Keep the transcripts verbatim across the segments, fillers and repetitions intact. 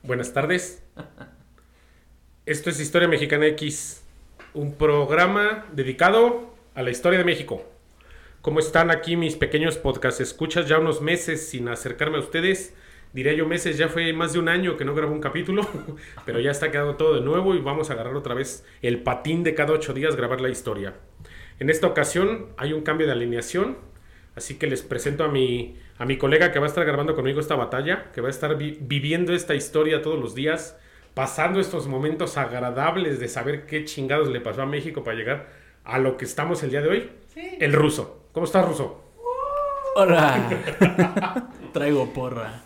Buenas tardes. Esto es Historia Mexicana X, un programa dedicado a la historia de México. ¿Cómo están aquí mis pequeños podcast escuchas? Ya unos meses sin acercarme a ustedes. Diría yo meses, ya fue más de un año que no grabo un capítulo, pero ya está quedando todo de nuevo y vamos a agarrar otra vez el patín de cada ocho días, grabar la historia. En esta ocasión hay un cambio de alineación, así que les presento a mi, a mi colega que va a estar grabando conmigo esta batalla, que va a estar vi- viviendo esta historia todos los días, pasando estos momentos agradables de saber qué chingados le pasó a México para llegar a lo que estamos el día de hoy. Sí. El Ruso. ¿Cómo estás, Ruso? Hola. Traigo porra.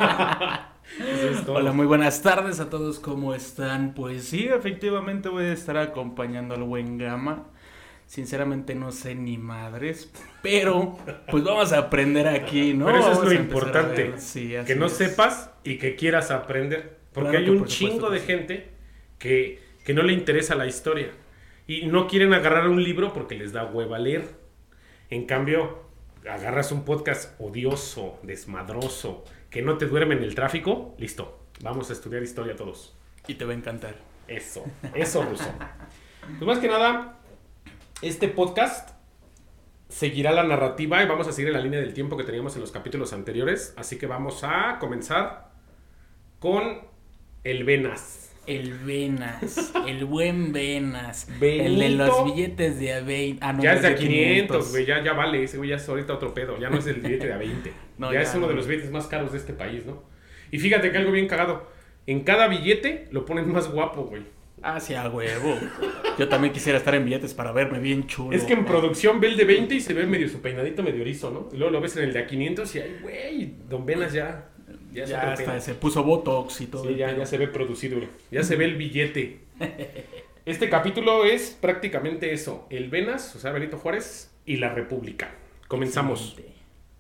Hola, muy buenas tardes a todos, ¿cómo están? Pues sí, efectivamente voy a estar acompañando al buen Gama. Sinceramente no sé ni madres, pero pues vamos a aprender aquí, ¿no? Pero eso vamos es lo importante, sí, que no es. sepas y que quieras aprender. Porque Claro hay un por chingo de sí. gente que, que no le interesa la historia y no quieren agarrar un libro porque les da hueva leer. En cambio, agarras un podcast odioso, desmadroso, que no te duerme en el tráfico, listo, vamos a estudiar historia todos. Y te va a encantar. Eso, eso, Ruso. Pues más que nada, este podcast seguirá la narrativa y vamos a seguir en la línea del tiempo que teníamos en los capítulos anteriores. Así que vamos a comenzar con el Venas. El Venas, el buen Venas, Benito. el de los billetes de a veinte. Ah, no, Ya no es de a quinientos, güey, ya, ya vale, ese güey ya es ahorita otro pedo, ya no es el billete de a veinte. No, ya, ya, es uno no. de los billetes más caros de este país, ¿no? Y fíjate que algo bien cagado, en cada billete lo ponen más guapo, güey. Ah, sí, a huevo. Yo también quisiera estar en billetes para verme bien chulo. Es que en producción ve el de veinte y se ve medio su peinadito, medio erizo, ¿no? Y luego lo ves en el de a quinientos y ay, güey, Don Venas ya... Ya, es ya otro hasta pedo. se puso botox y todo. Sí, el ya, pedo. ya se ve producido, güey. Ya se ve el billete. Este capítulo es prácticamente eso. El Venas, o sea, Benito Juárez y la República. Comenzamos. Excelente.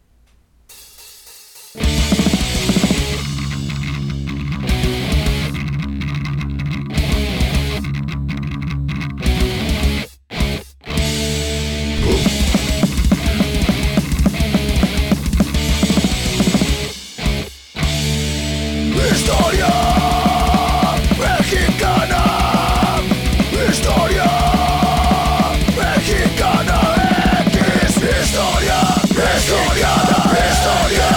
Historia mexicana, historia mexicana X, historia, historia, historia.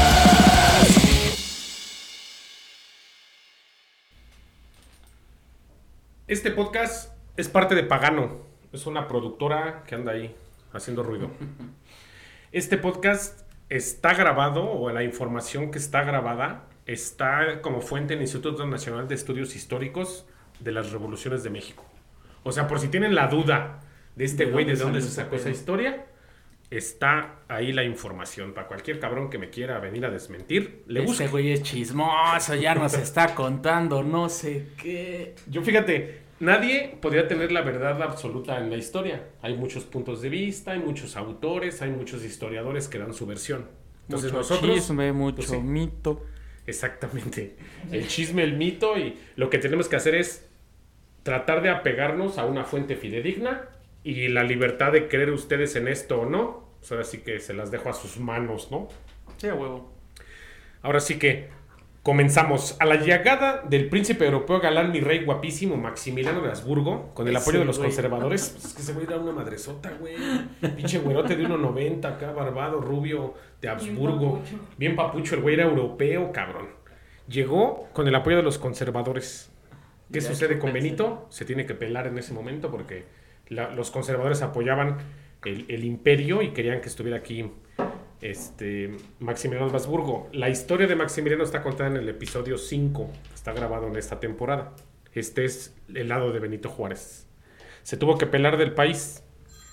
Este podcast es parte de Pagano. Es una productora que anda ahí haciendo ruido. Este podcast está grabado, o la información que está grabada, está como fuente en el Instituto Nacional de Estudios Históricos de las Revoluciones de México. O sea, por si tienen la duda de este ¿De güey de dónde dónde salió se ese sacó esa pedo? historia, está ahí la información. Para cualquier cabrón que me quiera venir a desmentir, le busca. Este güey es chismoso, ya nos está contando no sé qué. Yo fíjate, nadie podría tener la verdad absoluta en la historia. Hay muchos puntos de vista, hay muchos autores, hay muchos historiadores que dan su versión. Entonces Mucho nosotros... chisme, mucho pues sí. mito. Exactamente. El chisme, el mito, y lo que tenemos que hacer es tratar de apegarnos a una fuente fidedigna y la libertad de creer ustedes en esto o no. Pues ahora sí que se las dejo a sus manos, ¿no? Sí, a huevo. Ahora sí que comenzamos. A la llegada del príncipe europeo galán, mi rey guapísimo Maximiliano de Habsburgo, con el Ese apoyo de los güey. conservadores, pues es que se va a ir a una madresota, güey. Pinche güerote de uno noventa acá, barbado, rubio, de Habsburgo. Bien papucho, el güey era europeo, cabrón. Llegó con el apoyo de los conservadores. ¿Qué Ya, sucede qué con pensé. Benito? Se tiene que pelar en ese momento porque la- los conservadores apoyaban el, el imperio y querían que estuviera aquí este, Maximiliano de Habsburgo. La historia de Maximiliano está contada en el episodio cinco, está grabado en esta temporada. Este es el lado de Benito Juárez. Se tuvo que pelar del país.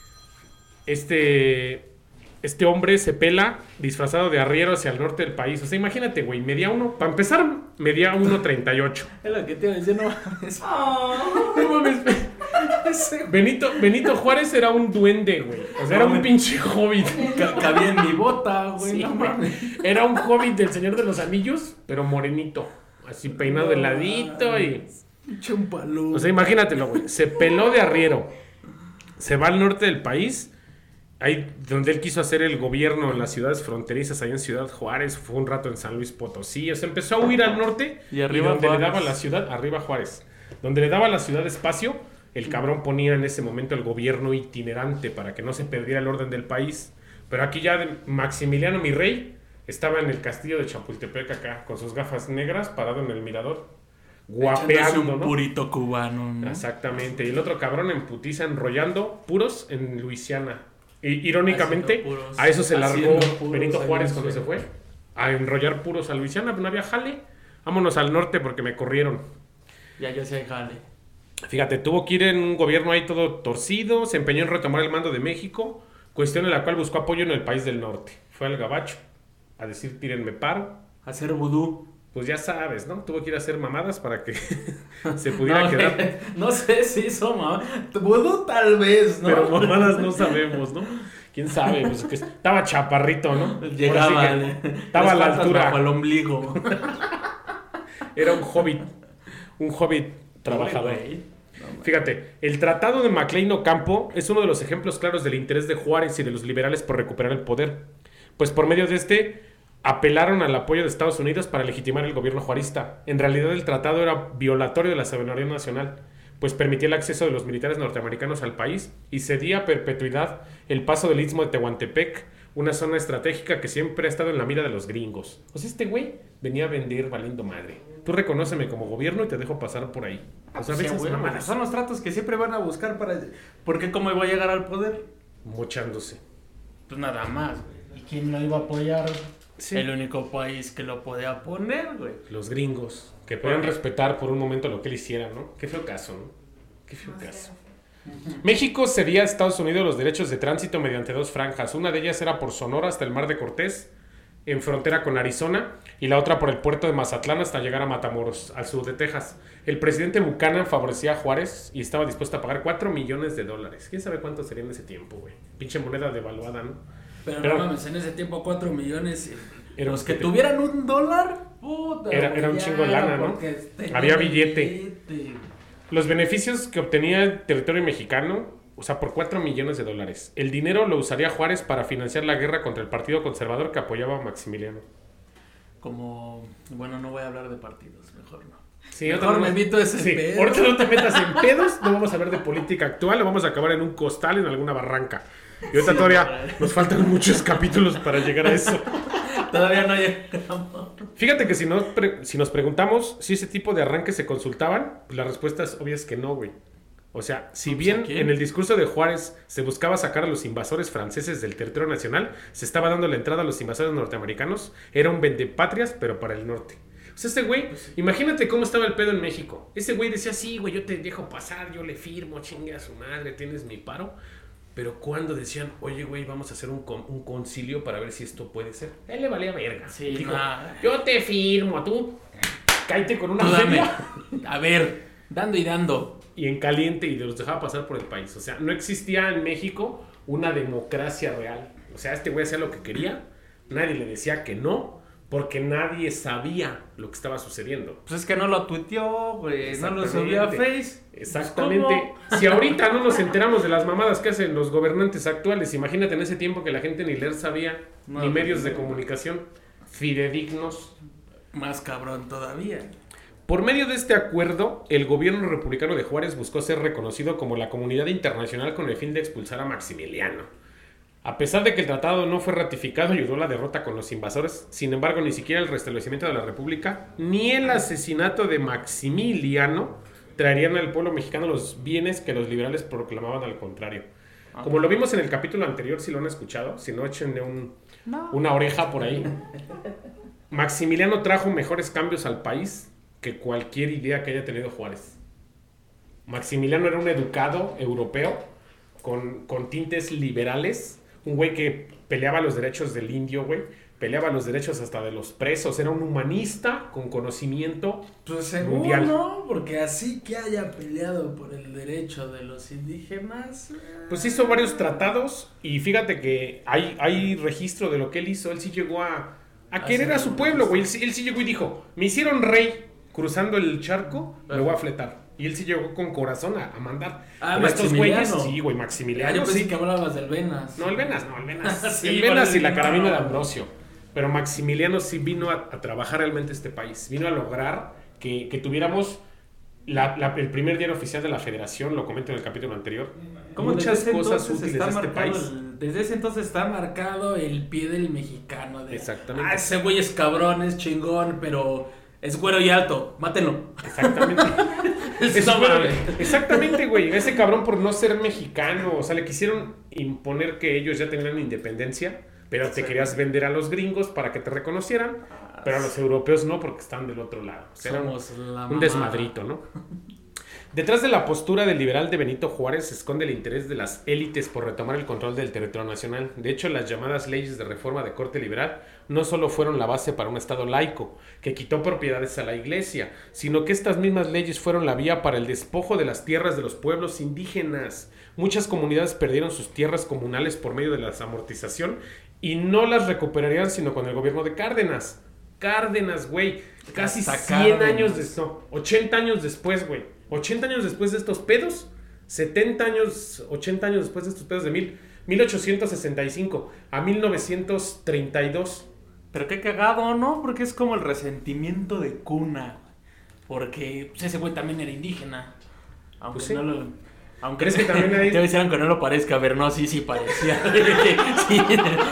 Este, este hombre se pela disfrazado de arriero hacia el norte del país. O sea, imagínate, güey, medía uno, para empezar, medía uno treinta y ocho. Es lo que te iba a decir, no mames. No mames, ese Benito, Benito Juárez era un duende, güey. O sea, era un pinche hobbit. Ca- Cabía en mi bota, güey. Sí, no güey. mames. Era un hobbit del Señor de los Anillos, pero morenito. Así peinado de ladito y... Pinche un palo. O sea, imagínatelo, güey. Se peló de arriero. Se va al norte del país ahí donde él quiso hacer el gobierno en las ciudades fronterizas, ahí en Ciudad Juárez, fue un rato en San Luis Potosí, o sea, empezó a huir al norte y arriba donde Juárez. le daba la ciudad, arriba Juárez, donde le daba la ciudad espacio, el cabrón ponía en ese momento el gobierno itinerante para que no se perdiera el orden del país, pero aquí ya de Maximiliano, mi rey, estaba en el castillo de Chapultepec acá, con sus gafas negras, parado en el mirador, guapeando, un ¿no? purito cubano, ¿no? Exactamente, y el otro cabrón en putiza enrollando puros en Luisiana. Y, irónicamente, puros, a eso se largó puros, Benito Juárez cuando se fue. fue, a enrollar puros a Luisiana, no había jale, vámonos al norte porque me corrieron. Ya, ya se hay jale. Fíjate, tuvo que ir en un gobierno ahí todo torcido, se empeñó en retomar el mando de México, cuestión en la cual buscó apoyo en el país del norte. Fue al gabacho a decir, tírenme paro. Hacer vudú. Pues ya sabes, ¿no? Tuvo que ir a hacer mamadas para que se pudiera no, quedar. No sé si hizo mamá. Vudú tal vez, ¿no? Pero mamadas no sabemos, ¿no? ¿Quién sabe? Pues que estaba chaparrito, ¿no? Llegaba, sí estaba a la altura. Bajo el ombligo. Era un hobbit, un hobbit trabajador. No, fíjate, el Tratado de Maclean Ocampo es uno de los ejemplos claros del interés de Juárez y de los liberales por recuperar el poder. Pues por medio de este, apelaron al apoyo de Estados Unidos para legitimar el gobierno juarista. En realidad el tratado era violatorio de la soberanía nacional, pues permitía el acceso de los militares norteamericanos al país y cedía a perpetuidad el paso del Istmo de Tehuantepec, una zona estratégica que siempre ha estado en la mira de los gringos. O sea, este güey venía a vender valiendo madre. Tú reconóceme como gobierno y te dejo pasar por ahí. O sea, Sí, veces bueno, mamadas. son los tratos que siempre van a buscar para... Porque ¿cómo iba a llegar al poder? Mochándose. Pues nada más, güey. ¿Y quién lo iba a apoyar? Sí. El único país que lo podía poner, güey. Los gringos, que podían respetar por un momento lo que él hiciera, ¿no? Qué feo caso, ¿no? Qué feo caso. México cedía a Estados Unidos los derechos de tránsito mediante dos franjas. Una de ellas era por Sonora hasta el Mar de Cortés, en frontera con Arizona, y la otra por el puerto de Mazatlán hasta llegar a Matamoros, al sur de Texas. El presidente Buchanan favorecía a Juárez y estaba dispuesto a pagar cuatro millones de dólares. ¿Quién sabe cuánto sería en ese tiempo, güey? Pinche moneda devaluada, ¿no? Pero, Pero- no mames, en ese tiempo cuatro millones. Era Los un que billete. tuvieran un dólar, puta. Era- era un ya, chingo de lana, ¿no? porque tenían Había el billete. billete. Los beneficios que obtenía el territorio mexicano, o sea, por cuatro millones de dólares. El dinero lo usaría Juárez para financiar la guerra contra el Partido Conservador que apoyaba a Maximiliano. Como, bueno, no voy a hablar de partidos, mejor no. Sí, Mejor ahorita no- me evito ese sí, pedo. ahorita no te metas en pedos, no vamos a hablar de política actual, lo vamos a acabar en un costal, en alguna barranca. Y ahorita Sí, todavía madre. nos faltan muchos capítulos para llegar a eso. Todavía no llegamos. Fíjate que si nos, pre- si nos preguntamos si ese tipo de arranques se consultaban, pues la respuesta es obvia es que no, güey. O sea, si Pues, bien ¿a quién? en el discurso de Juárez se buscaba sacar a los invasores franceses del territorio nacional, se estaba dando la entrada a los invasores norteamericanos, era un vendepatrias, pero para el norte. O sea, este güey, imagínate cómo estaba el pedo en México. Ese güey decía, sí, güey, yo te dejo pasar, yo le firmo, chingue a su madre, tienes mi paro. Pero cuando decían, oye, güey, vamos a hacer un, con- un concilio para ver si esto puede ser. A él le valía verga. Sí, Dijo, nah. yo te firmo, tú cállate con una Tú dame. feria. A ver, dando y dando. Y en caliente y los dejaba pasar por el país. O sea, no existía en México una democracia real. O sea, este güey hacía lo que quería, nadie le decía que no, porque nadie sabía lo que estaba sucediendo. Pues es que no lo tuiteó, güey. No lo subió a Exactamente. Face. Exactamente. ¿Cómo? Si ahorita no nos enteramos de las mamadas que hacen los gobernantes actuales, imagínate en ese tiempo que la gente ni leer sabía, No, ni no, medios no. de comunicación fidedignos. Más cabrón todavía. Por medio de este acuerdo, el gobierno republicano de Juárez buscó ser reconocido como la comunidad internacional con el fin de expulsar a Maximiliano. A pesar de que el tratado no fue ratificado, ayudó a la derrota con los invasores. Sin embargo, ni siquiera el restablecimiento de la república ni el asesinato de Maximiliano traerían al pueblo mexicano los bienes que los liberales proclamaban al contrario. Como lo vimos en el capítulo anterior, si lo han escuchado, si no, échenle un, No. una oreja por ahí. Maximiliano trajo mejores cambios al país que cualquier idea que haya tenido Juárez. Maximiliano era un educado europeo con, con tintes liberales, un güey que peleaba los derechos del indio, güey, peleaba los derechos hasta de los presos, era un humanista con conocimiento Pues según mundial. no, porque así que haya peleado por el derecho de los indígenas. Pues hizo varios tratados y fíjate que hay, hay registro de lo que él hizo. Él sí llegó a, a querer a su pueblo, güey. Él, sí- él sí llegó y dijo, me hicieron rey cruzando el charco, me voy a fletar. Y él sí llegó con corazón a, a mandar. Ah, Pero estos Maximiliano. güeyes, sí, güey, Ah, Maximiliano, yo pensé sí. que hablabas del Venas. No, el Venas, no, el Venas. Sí, el Venas y la no. carabina de Ambrosio. Pero Maximiliano sí vino a, a trabajar realmente este país. Vino a lograr que, que tuviéramos la, la, el primer diario oficial de la Federación, lo comento en el capítulo anterior. ¿Cómo Muchas desde ese cosas entonces útiles está de este marcado país. el- desde ese entonces está marcado el pie del mexicano. De, Exactamente. Ah, ese güey es cabrón, es chingón, pero es güero y alto. Mátenlo. Exactamente. Eso Eso, mames. güey, exactamente, güey. Ese cabrón por no ser mexicano. O sea, le quisieron imponer que ellos ya tenían independencia. Pero te querías vender a los gringos para que te reconocieran. Pero a los europeos no, porque están del otro lado. O sea, era un- Somos la un mamada. desmadrito, ¿no? Detrás de la postura del liberal de Benito Juárez se esconde el interés de las élites por retomar el control del territorio nacional. De hecho, las llamadas leyes de reforma de corte liberal no solo fueron la base para un Estado laico, que quitó propiedades a la iglesia, sino que estas mismas leyes fueron la vía para el despojo de las tierras de los pueblos indígenas. Muchas comunidades perdieron sus tierras comunales por medio de la amortización y no las recuperarían sino con el gobierno de Cárdenas. Cárdenas, güey. Casi Hasta cien Cárdenas. años después. No, ochenta años después, güey. ochenta años después de estos pedos. setenta años, ochenta años después de estos pedos de mil, mil ochocientos sesenta y cinco a mil novecientos treinta y dos. Pero qué cagado, ¿no? Porque es como el resentimiento de cuna. Porque pues, ese güey también era indígena. Aunque Pues sí. no lo. Aunque ¿Crees que también hay- Te hicieron que no lo parezca. A ver, no, sí, sí parecía. Sí.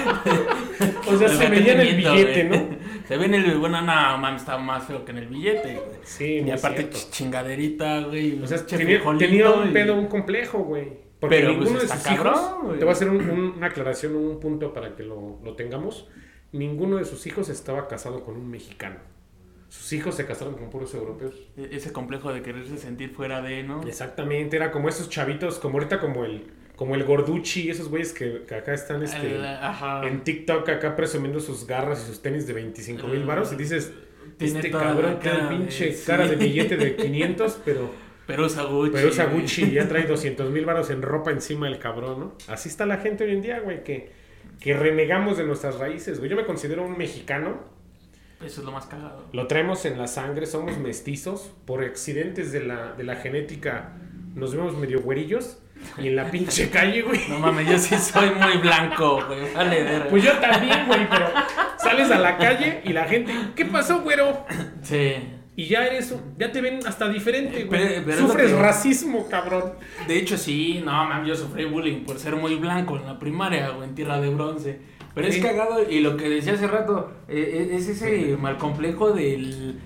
O sea, se veía en el billete, ¿no? Se ve en el. Bueno, no, mames, estaba más feo que en el billete, güey. Sí, Y muy aparte, cierto. ch- chingaderita, güey. O sea, che tenía, frijolito tenía un y- pedo, un complejo, güey. Porque Pero, ninguno pues, de está sus cabrón, hijos, güey. te voy a hacer un- un- una aclaración, un punto para que lo, lo tengamos. Ninguno de sus hijos estaba casado con un mexicano. Sus hijos se casaron con puros europeos. E- Ese complejo de quererse sentir fuera de, ¿no? Exactamente, era como esos chavitos, como ahorita como el, como el Gorducci, esos güeyes que, que acá están este, El- ajá. en TikTok acá presumiendo sus garras y sus tenis de veinticinco mil baros y dices, Tiene este toda cabrón la tiene cara de- pinche sí. cara de billete de quinientos, pero, Pero usa Gucci. pero usa güey. Gucci y ya trae doscientos mil baros en ropa encima del cabrón, ¿no? Así está la gente hoy en día, güey, que, que renegamos de nuestras raíces, güey. Yo me considero un mexicano. Eso es lo más cagado. Lo traemos en la sangre, somos mestizos. Por accidentes de la, de la genética nos vemos medio güerillos. Y en la pinche calle, güey. No mames, yo sí soy muy blanco, güey. Vale, verga. Pues yo también, güey, pero sales a la calle y la gente, ¿qué pasó, güero? Sí. Y ya eres, ya te ven hasta diferente, güey. Pero- pero es lo Sufres que- racismo, cabrón. De hecho, sí, no mames, yo sufrí bullying por ser muy blanco en la primaria, güey, en Tierra de Bronce. Pero Sí. es cagado, y lo que decía hace rato, eh, es ese mal complejo del.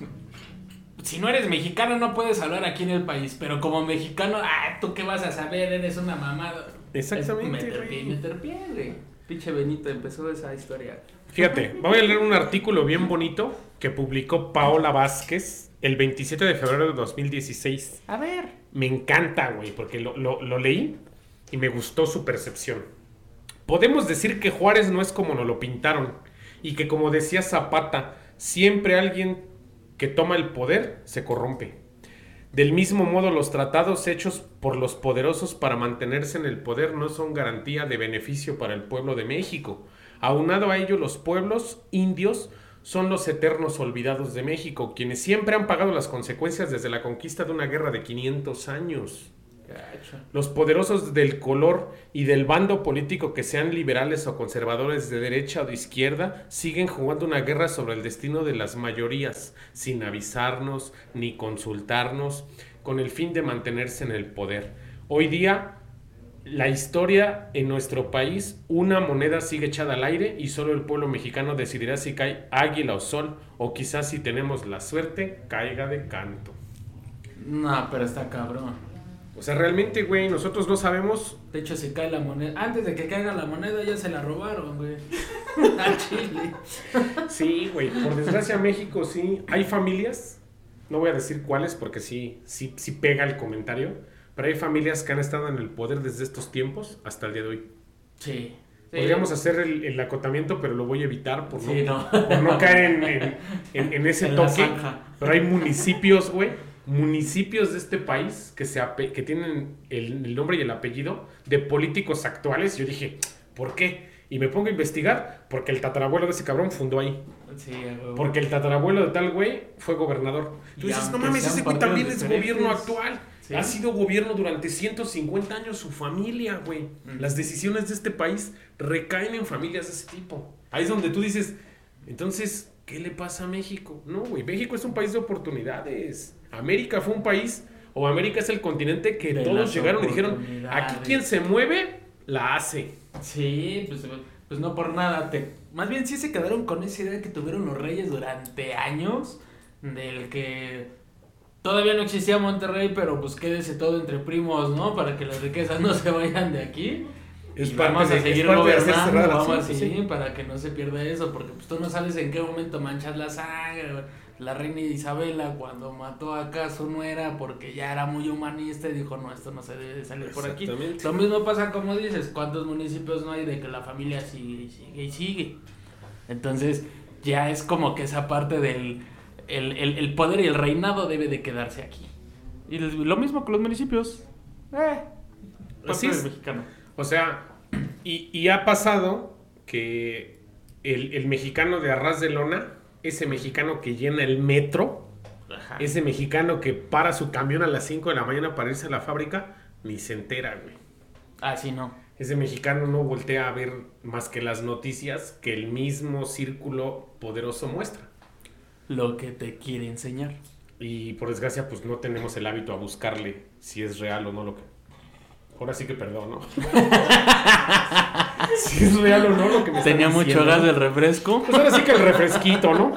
Si no eres mexicano, no puedes hablar aquí en el país. Pero como mexicano, ah, ¿tú qué vas a saber? Eres una mamada. Exactamente, Es meter güey. pie, meter pie, güey. Pinche Benito empezó esa historia. Fíjate, voy a leer un artículo bien bonito que publicó Paola Vázquez el veintisiete de febrero de dos mil dieciséis. A ver. Me encanta, güey, porque lo, lo- lo leí y me gustó su percepción. Podemos decir que Juárez no es como nos lo pintaron y que, como decía Zapata, siempre alguien que toma el poder se corrompe. Del mismo modo, los tratados hechos por los poderosos para mantenerse en el poder no son garantía de beneficio para el pueblo de México. Aunado a ello, los pueblos indios son los eternos olvidados de México, quienes siempre han pagado las consecuencias desde la conquista de una guerra de quinientos años. Gacho. Los poderosos del color y del bando político que sean liberales o conservadores de derecha o de izquierda siguen jugando una guerra sobre el destino de las mayorías, sin avisarnos ni consultarnos, con el fin de mantenerse en el poder. Hoy día, la historia en nuestro país, una moneda sigue echada al aire y solo el pueblo mexicano decidirá si cae águila o sol, o quizás si tenemos la suerte, caiga de canto. No, pero está cabrón. O sea, realmente, güey, nosotros no sabemos. De hecho, si cae la moneda. Antes de que caiga la moneda, ya se la robaron, güey. A Chile. Sí, güey, por desgracia México sí. Hay familias, no voy a decir cuáles porque sí, sí, sí pega el comentario, pero hay familias que han estado en el poder desde estos tiempos hasta el día de hoy. Sí. Sí. Podríamos hacer el, el acotamiento, pero lo voy a evitar por no, Sí, no. por no caer en, en- en- en ese En la toque. zanja. Pero hay municipios, güey, municipios de este país que, se ape- que tienen el, el nombre y el apellido de políticos actuales. Yo dije, ¿por qué? Y me pongo a investigar porque el tatarabuelo de ese cabrón fundó ahí. Sí, güey. Porque el tatarabuelo de tal güey fue gobernador. Tú Y dices, no aunque mames, sean ese güey partidos también es diferentes. gobierno actual. Sí. Ha sido gobierno durante ciento cincuenta años su familia, güey. Mm. Las decisiones de este país recaen en familias de ese tipo. Ahí es donde tú dices, entonces, ¿qué le pasa a México? No, güey, México es un país de oportunidades. América fue un país, o América es el continente que De todos las llegaron y dijeron, oportunidades. aquí quien se mueve, la hace. Sí, pues, pues no por nada. Te... Más bien sí se quedaron con esa idea que tuvieron los reyes durante años, del que todavía no existía Monterrey, pero pues quédese todo entre primos, ¿no? Para que las riquezas no se vayan de aquí. Es Y parte vamos de- a es seguir parte de hacerse gobernando, rara, vamos sí, así, sí. para que no se pierda eso, porque pues tú no sabes en qué momento manchas la sangre. La reina Isabela cuando mató acá a su nuera porque ya era muy humanista y dijo, no, esto no se debe de salir por aquí. Exactamente. Lo mismo pasa como dices, ¿cuántos municipios no hay de que la familia sigue y sigue y sigue? Entonces ya es como que esa parte del el, el, el poder y el reinado debe de quedarse aquí. Y lo mismo con los municipios. Eh, Así parte es. del mexicano. O sea, y, y ha pasado que el, el mexicano de arras de lona, ese mexicano que llena el metro, Ajá. ese mexicano que para su camión a las cinco de la mañana para irse a la fábrica, ni se entera, güey. Ah, sí, no. Ese mexicano no voltea a ver más que las noticias que el mismo círculo poderoso muestra. Lo que te quiere enseñar. Y por desgracia, pues no tenemos el hábito a buscarle si es real o no lo que... Ahora sí que perdón, ¿no? Si es real o no lo que me Tenía están mucho diciendo. gas del refresco. Pues ahora sí que el refresquito, ¿no?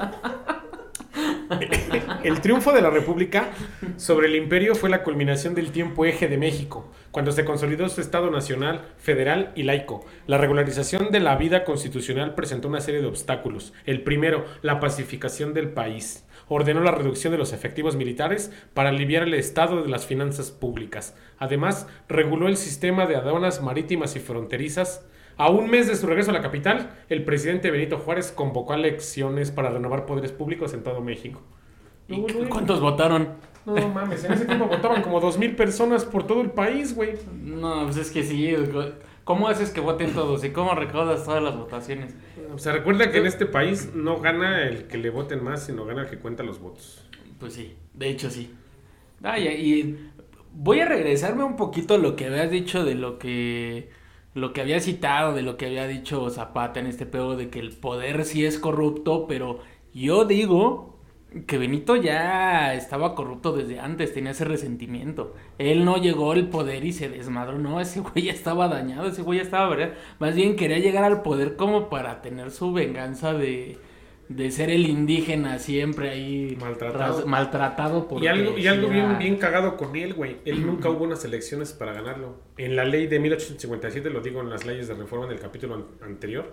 El triunfo de la República sobre el imperio fue la culminación del tiempo eje de México, cuando se consolidó su Estado nacional, federal y laico. La regularización de la vida constitucional presentó una serie de obstáculos. El primero, la pacificación del país. Ordenó la reducción de los efectivos militares para aliviar el estado de las finanzas públicas. Además, reguló el sistema de aduanas marítimas y fronterizas. A un mes de su regreso a la capital, el presidente Benito Juárez convocó a elecciones para renovar poderes públicos en todo México. ¿Y No, güey. cuántos votaron? No mames, en ese tiempo votaban como dos mil personas por todo el país, güey. No, pues es que sí. ¿Cómo haces que voten todos? ¿Y cómo recaudas todas las votaciones? O sea, recuerda que en este país no gana el que le voten más, sino gana el que cuenta los votos. Pues sí, de hecho sí. Ah, y, y voy a regresarme un poquito a lo que habías dicho de lo que... Lo que había citado, de lo que había dicho Zapata en este pedo de que el poder sí es corrupto, pero yo digo que Benito ya estaba corrupto desde antes, tenía ese resentimiento. Él no llegó al poder y se desmadró, no, ese güey ya estaba dañado, ese güey ya estaba, ¿verdad? Más bien quería llegar al poder como para tener su venganza de, de ser el indígena siempre ahí Maltratado. ras- maltratado porque Y algo, y algo sí bien, era- bien cagado con él, güey. Él nunca hubo unas elecciones para ganarlo. En la ley de mil ochocientos cincuenta y siete, lo digo en las leyes de reforma en el capítulo an- anterior,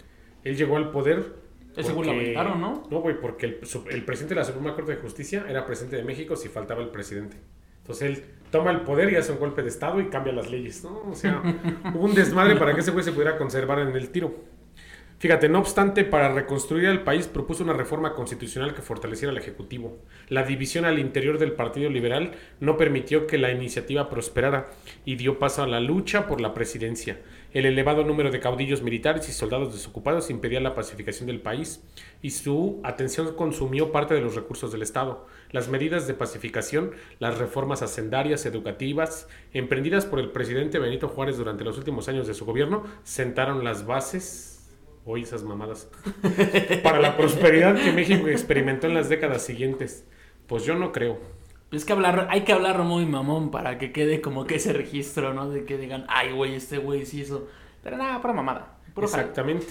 él llegó al poder. Ese güey lo aventaron, ¿no? No, güey, porque el, su- el presidente de la Suprema Corte de Justicia era presidente de México si faltaba el presidente. Entonces él toma el poder y hace un golpe de estado y cambia las leyes, ¿no? O sea, hubo un desmadre para que ese güey se pudiera conservar en el tiro. Fíjate, no obstante, para reconstruir el país propuso una reforma constitucional que fortaleciera al Ejecutivo. La división al interior del Partido Liberal no permitió que la iniciativa prosperara y dio paso a la lucha por la presidencia. El elevado número de caudillos militares y soldados desocupados impedía la pacificación del país y su atención consumió parte de los recursos del Estado. Las medidas de pacificación, las reformas hacendarias, educativas, emprendidas por el presidente Benito Juárez durante los últimos años de su gobierno, sentaron las bases... Oye, esas mamadas. Para la prosperidad que México experimentó en las décadas siguientes. Pues yo no creo. Es que hablar, hay que hablar muy mamón para que quede como que ese registro, ¿no? De que digan, ay, güey, este güey sí hizo. Pero nada, pura mamada. Puro jale. Exactamente.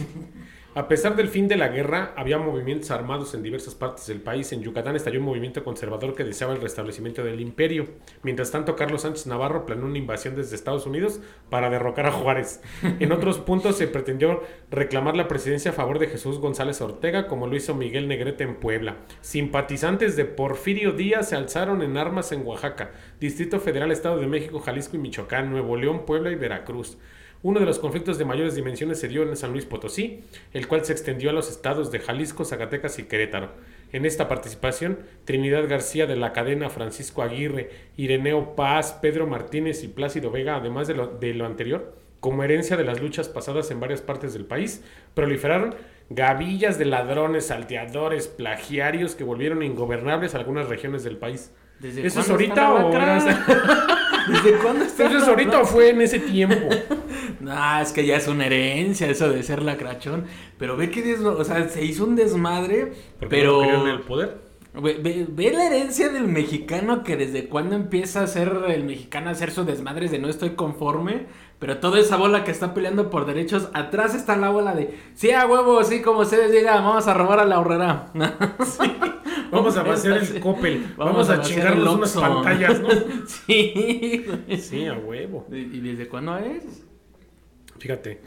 A pesar del fin de la guerra, había movimientos armados en diversas partes del país. En Yucatán estalló un movimiento conservador que deseaba el restablecimiento del imperio. Mientras tanto, Carlos Sánchez Navarro planeó una invasión desde Estados Unidos para derrocar a Juárez. En otros puntos se pretendió reclamar la presidencia a favor de Jesús González Ortega, como lo hizo Miguel Negrete en Puebla. Simpatizantes de Porfirio Díaz se alzaron en armas en Oaxaca, Distrito Federal, Estado de México, Jalisco y Michoacán, Nuevo León, Puebla y Veracruz. Uno de los conflictos de mayores dimensiones se dio en San Luis Potosí, el cual se extendió a los estados de Jalisco, Zacatecas y Querétaro. En esta participación, Trinidad García de la Cadena, Francisco Aguirre, Ireneo Paz, Pedro Martínez y Plácido Vega, además de lo, de lo anterior, como herencia de las luchas pasadas en varias partes del país, proliferaron gavillas de ladrones, salteadores, plagiarios que volvieron ingobernables algunas regiones del país. ¿Desde ¿Eso es cuándo está ahorita la o lacra? ¿Desde cuándo está ¿Eso es la ahorita lacra? o fue en ese tiempo? No, es que ya es una herencia eso de ser lacrachón. Pero ve que des- o sea, se hizo un desmadre. Porque pero no querían el poder. Ve, ve- ve la herencia del mexicano que desde cuando empieza a ser el mexicano a hacer su desmadre de no estoy conforme, pero toda esa bola que está peleando por derechos, atrás está la bola de sí a huevo, sí como ustedes digan, vamos a robar a la horrera. Sí. Vamos a vaciar el Coppel. Vamos, Vamos a a vaciar chingarnos el unas Oxxo. pantallas, ¿no? Sí, güey. Sí, a huevo. ¿Y y desde cuándo es? Fíjate.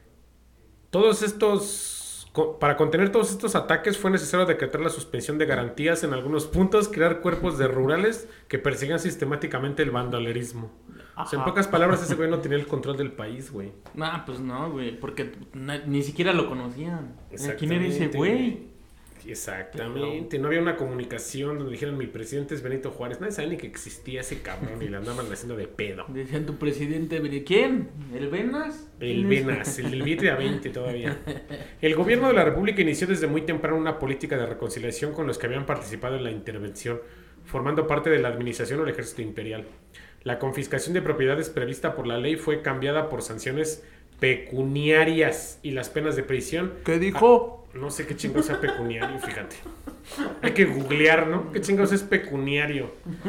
Todos estos... co- Para contener todos estos ataques fue necesario decretar la suspensión de garantías en algunos puntos, crear cuerpos de rurales que persigan sistemáticamente el vandalismo. O sea, en Ajá. pocas palabras, ese güey no tenía el control del país, güey. No, pues no, güey, porque na- ni siquiera lo conocían. ¿Quién era ese Exactamente, güey? Exactamente, no había una comunicación donde dijeran mi presidente es Benito Juárez, nadie sabía ni que existía ese cabrón y le andaban haciendo de pedo. Decían tu presidente, ¿de quién? ¿El Venas? El ¿Quién es? Venas, el del billete a veinte todavía. El gobierno de la República inició desde muy temprano una política de reconciliación con los que habían participado en la intervención, formando parte de la administración o el ejército imperial. La confiscación de propiedades prevista por la ley fue cambiada por sanciones pecuniarias y las penas de prisión. ¿Qué dijo? No sé qué chingados sea pecuniario, fíjate. Hay que googlear, ¿no? ¿Qué chingados es pecuniario?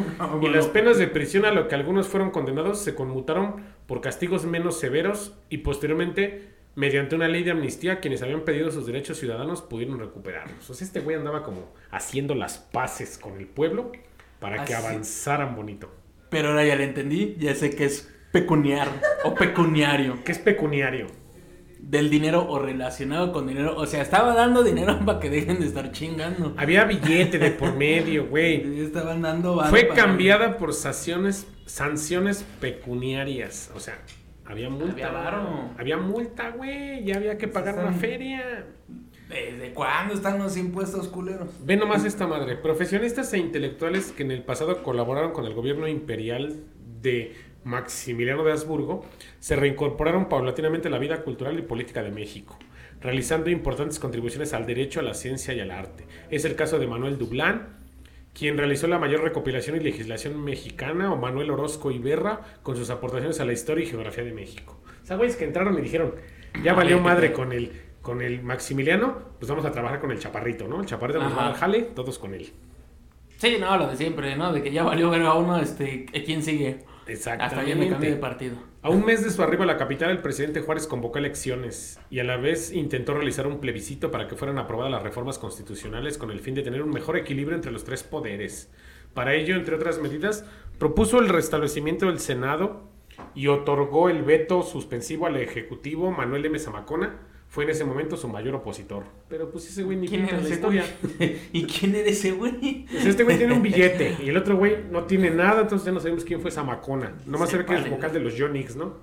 Y las penas de prisión a lo que algunos fueron condenados se conmutaron por castigos menos severos y posteriormente, mediante una ley de amnistía, quienes habían pedido sus derechos ciudadanos pudieron recuperarlos. O sea, este güey andaba como haciendo las paces con el pueblo para que Así. avanzaran bonito. Pero ahora ya le entendí, ya sé que es pecuniar o pecuniario. ¿Qué es pecuniario? Del dinero o relacionado con dinero. O sea, estaba dando dinero para que dejen de estar chingando. Había billete de por medio, güey. Estaban dando varo Fue para- cambiada por sanciones, sanciones pecuniarias. O sea, había multa. Había varo. Había multa, güey. Ya había que pagar Están- una feria. ¿Desde cuándo están los impuestos culeros? Ve nomás esta madre. Profesionistas e intelectuales que en el pasado colaboraron con el gobierno imperial de Maximiliano de Habsburgo se reincorporaron paulatinamente a la vida cultural y política de México, realizando importantes contribuciones al derecho, a la ciencia y al arte. Es el caso de Manuel Dublán, quien realizó la mayor recopilación y legislación mexicana, o Manuel Orozco Iberra, con sus aportaciones a la historia y geografía de México. O sea, güeyes que entraron y dijeron, ya valió madre con el, con el Maximiliano, pues vamos a trabajar con el Chaparrito, ¿no? El Chaparrito nos va Ajá. al jale, todos con él. Sí, no, lo de siempre, ¿no? De que ya valió verga uno, este, ¿quién sigue? Hasta ya me cambié de Exactamente. partido. A un mes de su arribo a la capital, el presidente Juárez convocó elecciones y a la vez intentó realizar un plebiscito para que fueran aprobadas las reformas constitucionales con el fin de tener un mejor equilibrio entre los tres poderes. Para ello, entre otras medidas, propuso el restablecimiento del Senado y otorgó el veto suspensivo al Ejecutivo. Manuel M. Zamacona fue en ese momento su mayor opositor. Pero pues ese güey ni ¿Quién pinta era en la ese güey? historia. ¿Y quién era ese güey? Pues este güey tiene un billete y el otro güey no tiene nada, entonces ya no sabemos quién fue Zamacona. Nomás se ve que es Sépale. vocal de los Yonix, ¿no?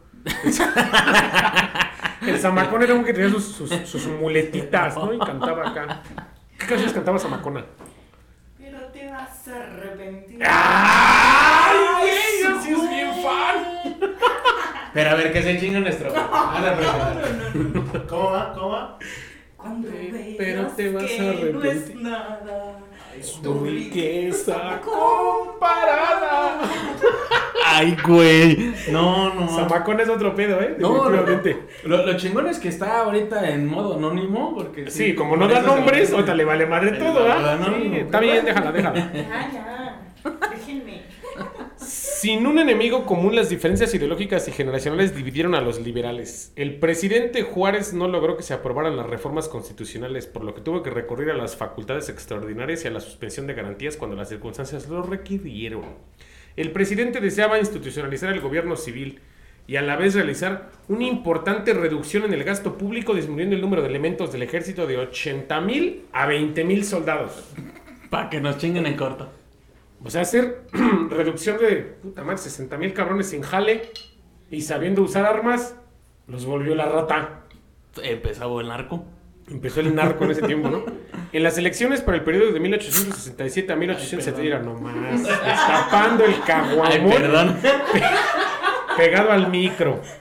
El Zamacona era un que tenía sus, sus, sus muletitas, ¿no? Y cantaba acá. ¿Qué canciones cantaba Zamacona? Pero te vas a arrepentir. ¡Ay, güey! ¡Yo sí es bien fan! Pero a ver, ¿qué se chinga nuestro? No, no, no. ¿Cómo va? ¿Cómo va? Cuando Pero veas te vas a que no arrepentir. es nada. Tu riqueza comparada. Ay, güey. No, no. Zamacona es otro pedo, ¿eh? No, no. Definitivamente. Lo, lo chingón es que está ahorita en modo anónimo, porque Sí, como no da nombres, ahorita le vale madre todo, ¿ah? No, no, Sí, no. está bien, déjala, déjala. Ya, ya. Déjenme. Sin un enemigo común, las diferencias ideológicas y generacionales dividieron a los liberales. El presidente Juárez no logró que se aprobaran las reformas constitucionales, por lo que tuvo que recurrir a las facultades extraordinarias y a la suspensión de garantías cuando las circunstancias lo requirieron. El presidente deseaba institucionalizar el gobierno civil y a la vez realizar una importante reducción en el gasto público, disminuyendo el número de elementos del ejército de ochenta mil a veinte mil soldados. Para que nos chinguen en corto. O sea, hacer reducción de, puta madre, sesenta mil cabrones sin jale y sabiendo usar armas, los volvió la rata. Empezaba el narco. Empezó el narco en ese tiempo, ¿no? En las elecciones para el periodo de mil ochocientos sesenta y siete a mil ochocientos setenta, Ay, nomás, destapando el Ay, caguamón perdón. pegado al micro.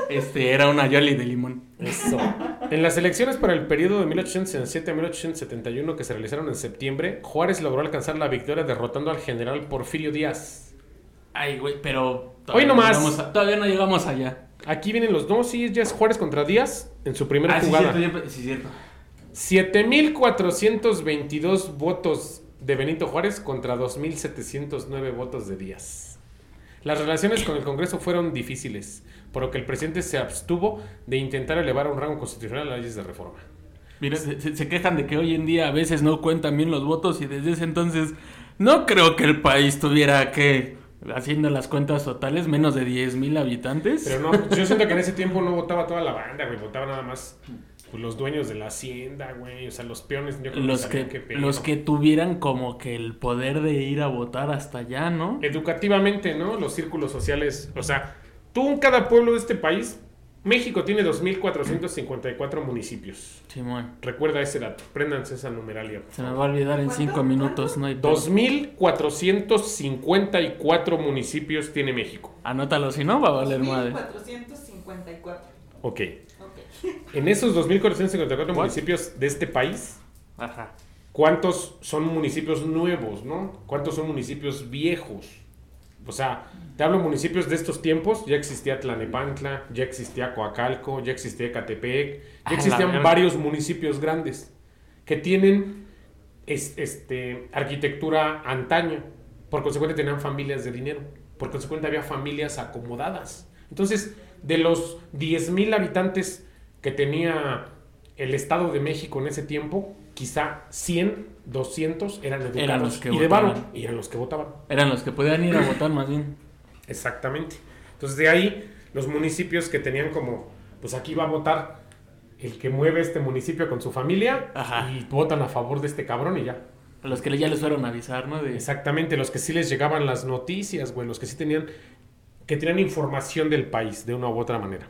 Este, era una Yoli de limón. Eso. En las elecciones para el periodo de mil ochocientos setenta y siete a mil ochocientos setenta y uno que se realizaron en septiembre, Juárez logró alcanzar la victoria derrotando al general Porfirio Díaz. Ay, güey, pero... Hoy no más. llegamos a- todavía no llegamos allá. Aquí vienen los dos, sí, ya es Juárez contra Díaz en su primera Ah, sí, jugada. cierto, ya- sí, cierto. siete mil cuatrocientos veintidós votos de Benito Juárez contra dos mil setecientos nueve votos de Díaz. Las relaciones con el Congreso fueron difíciles, por lo que el presidente se abstuvo de intentar elevar a un rango constitucional las leyes de reforma. Mira, se, se- se quejan de que hoy en día a veces no cuentan bien los votos y desde ese entonces no creo que el país tuviera que, haciendo las cuentas totales, menos de diez mil habitantes. Pero no, yo siento que en ese tiempo no votaba toda la banda, güey, votaba nada más pues, los dueños de la hacienda, güey, o sea, los peones. Yo creo los sabían que, qué pedo. los que tuvieran como que el poder de ir a votar hasta allá, ¿no? Educativamente, ¿no? Los círculos sociales, o sea, tú en cada pueblo de este país, México tiene dos mil cuatrocientos cincuenta y cuatro municipios. Simón, Recuerda ese dato, préndanse esa numeralia. se me va a olvidar en cinco minutos, no hay pedo. dos mil cuatrocientos cincuenta y cuatro municipios tiene México. Anótalo, si no va a valer madre. mil cuatrocientos cincuenta y cuatro. Ok. Ok. En esos dos mil cuatrocientos cincuenta y cuatro What? municipios de este país, Ajá. ¿cuántos son municipios nuevos, no? ¿Cuántos son municipios viejos? O sea, te hablo municipios de estos tiempos, ya existía Tlanepantla, ya existía Coacalco, ya existía Ecatepec, Ah, ya la existían verga. varios municipios grandes que tienen es- este, arquitectura antaña, por consecuente tenían familias de dinero, por consecuente había familias acomodadas. Entonces, de los diez mil habitantes que tenía el Estado de México en ese tiempo, quizá cien, doscientos eran educados Eran los que y de votaban. varo, y eran los que votaban. Eran los que podían ir a votar más bien. Exactamente. Entonces de ahí los municipios que tenían como, pues aquí va a votar el que mueve este municipio con su familia. Ajá. Y votan a favor de este cabrón y ya. A los que ya les fueron a avisar, ¿no? De... Exactamente, los que sí les llegaban las noticias, güey, los que sí tenían, que tenían información del país de una u otra manera.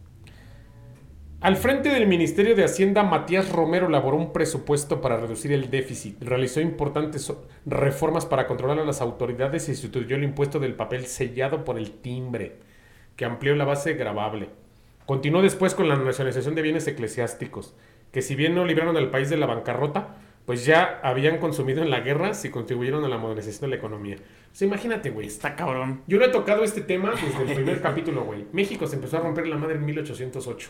Al frente del Ministerio de Hacienda, Matías Romero elaboró un presupuesto para reducir el déficit, realizó importantes so- reformas para controlar a las autoridades y sustituyó el impuesto del papel sellado por el timbre, que amplió la base gravable. Continuó después con la nacionalización de bienes eclesiásticos, que si bien no libraron al país de la bancarrota, pues ya habían consumido en la guerra si contribuyeron a la modernización de la economía. O sea, imagínate, güey. Está cabrón. Yo no he tocado este tema desde el primer capítulo, güey. México se empezó a romper la madre en mil ochocientos ocho.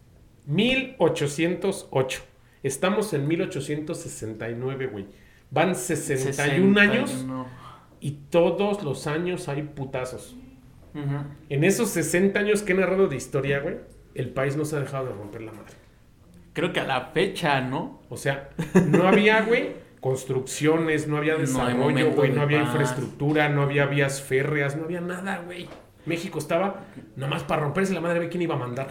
mil ochocientos ocho. Estamos en mil ochocientos sesenta y nueve, güey. Van sesenta y un años sesenta y uno. y todos los años hay putazos. Ujú. En esos sesenta años que he narrado de historia, güey, el país no se ha dejado de romper la madre. Creo que a la fecha, ¿no? O sea, no había, güey, construcciones, no había No hay desarrollo, momento güey, de no había paz. infraestructura, no había vías férreas, no había nada, güey. México estaba nomás para romperse la madre, ve quién iba a mandar.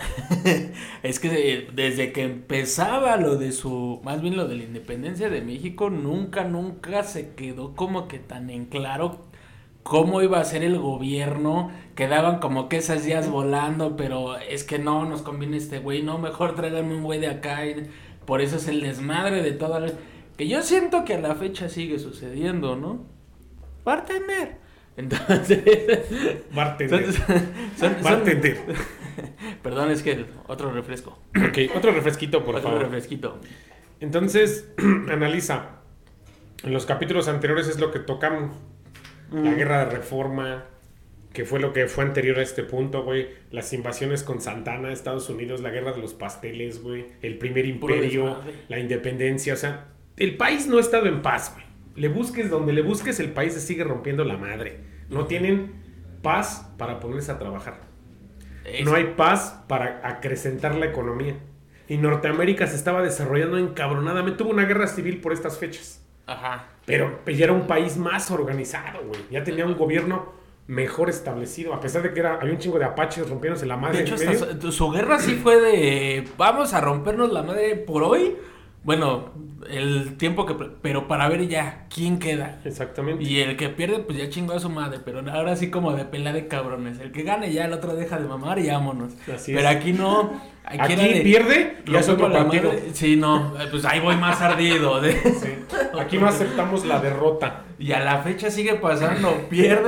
Es que eh, desde que empezaba lo de su, más bien lo de la independencia de México, nunca, nunca se quedó como que tan en claro cómo iba a ser el gobierno. Quedaban como que esas días volando, pero es que no nos conviene este güey, no, mejor tráiganme un güey de acá. Y por eso es el desmadre de toda la... Que yo siento que a la fecha sigue sucediendo, ¿no? Bartender. Entonces... Bartender. son- son- son- Bartender. Perdón, es que otro refresco. Ok, otro refresquito, por otro favor. refresquito. Entonces, analiza. En los capítulos anteriores es lo que tocamos. La guerra de reforma, que fue lo que fue anterior a este punto, güey. Las invasiones con Santana, Estados Unidos, la guerra de los pasteles, güey. El primer Puro imperio, desmadre. la independencia. O sea, el país no ha estado en paz, güey. Le busques donde le busques, el país se sigue rompiendo la madre. No tienen paz para ponerse a trabajar. Es- No hay paz para acrecentar la economía. Y Norteamérica se estaba desarrollando encabronadamente. Tuvo una guerra civil por estas fechas. Ajá. Pero pues, ya era un país más organizado, güey. Ya tenía un gobierno mejor establecido. A pesar de que era, había un chingo de apaches rompiéndose la madre De hecho, en hasta medio. su, su guerra sí fue de vamos a rompernos la madre por hoy. Bueno, el tiempo que... Pero para ver ya quién queda. Exactamente. Y el que pierde, pues ya chingó a su madre. Pero ahora sí como de pelea de cabrones. El que gane ya, el otro deja de mamar y vámonos. Así pero es. aquí no. Aquí era de- pierde y es otro rompemos la partido. madre. Sí, no. eh, Pues ahí voy más ardido. de- Sí. Aquí no aceptamos la derrota. Y a la fecha sigue pasando. Pierde.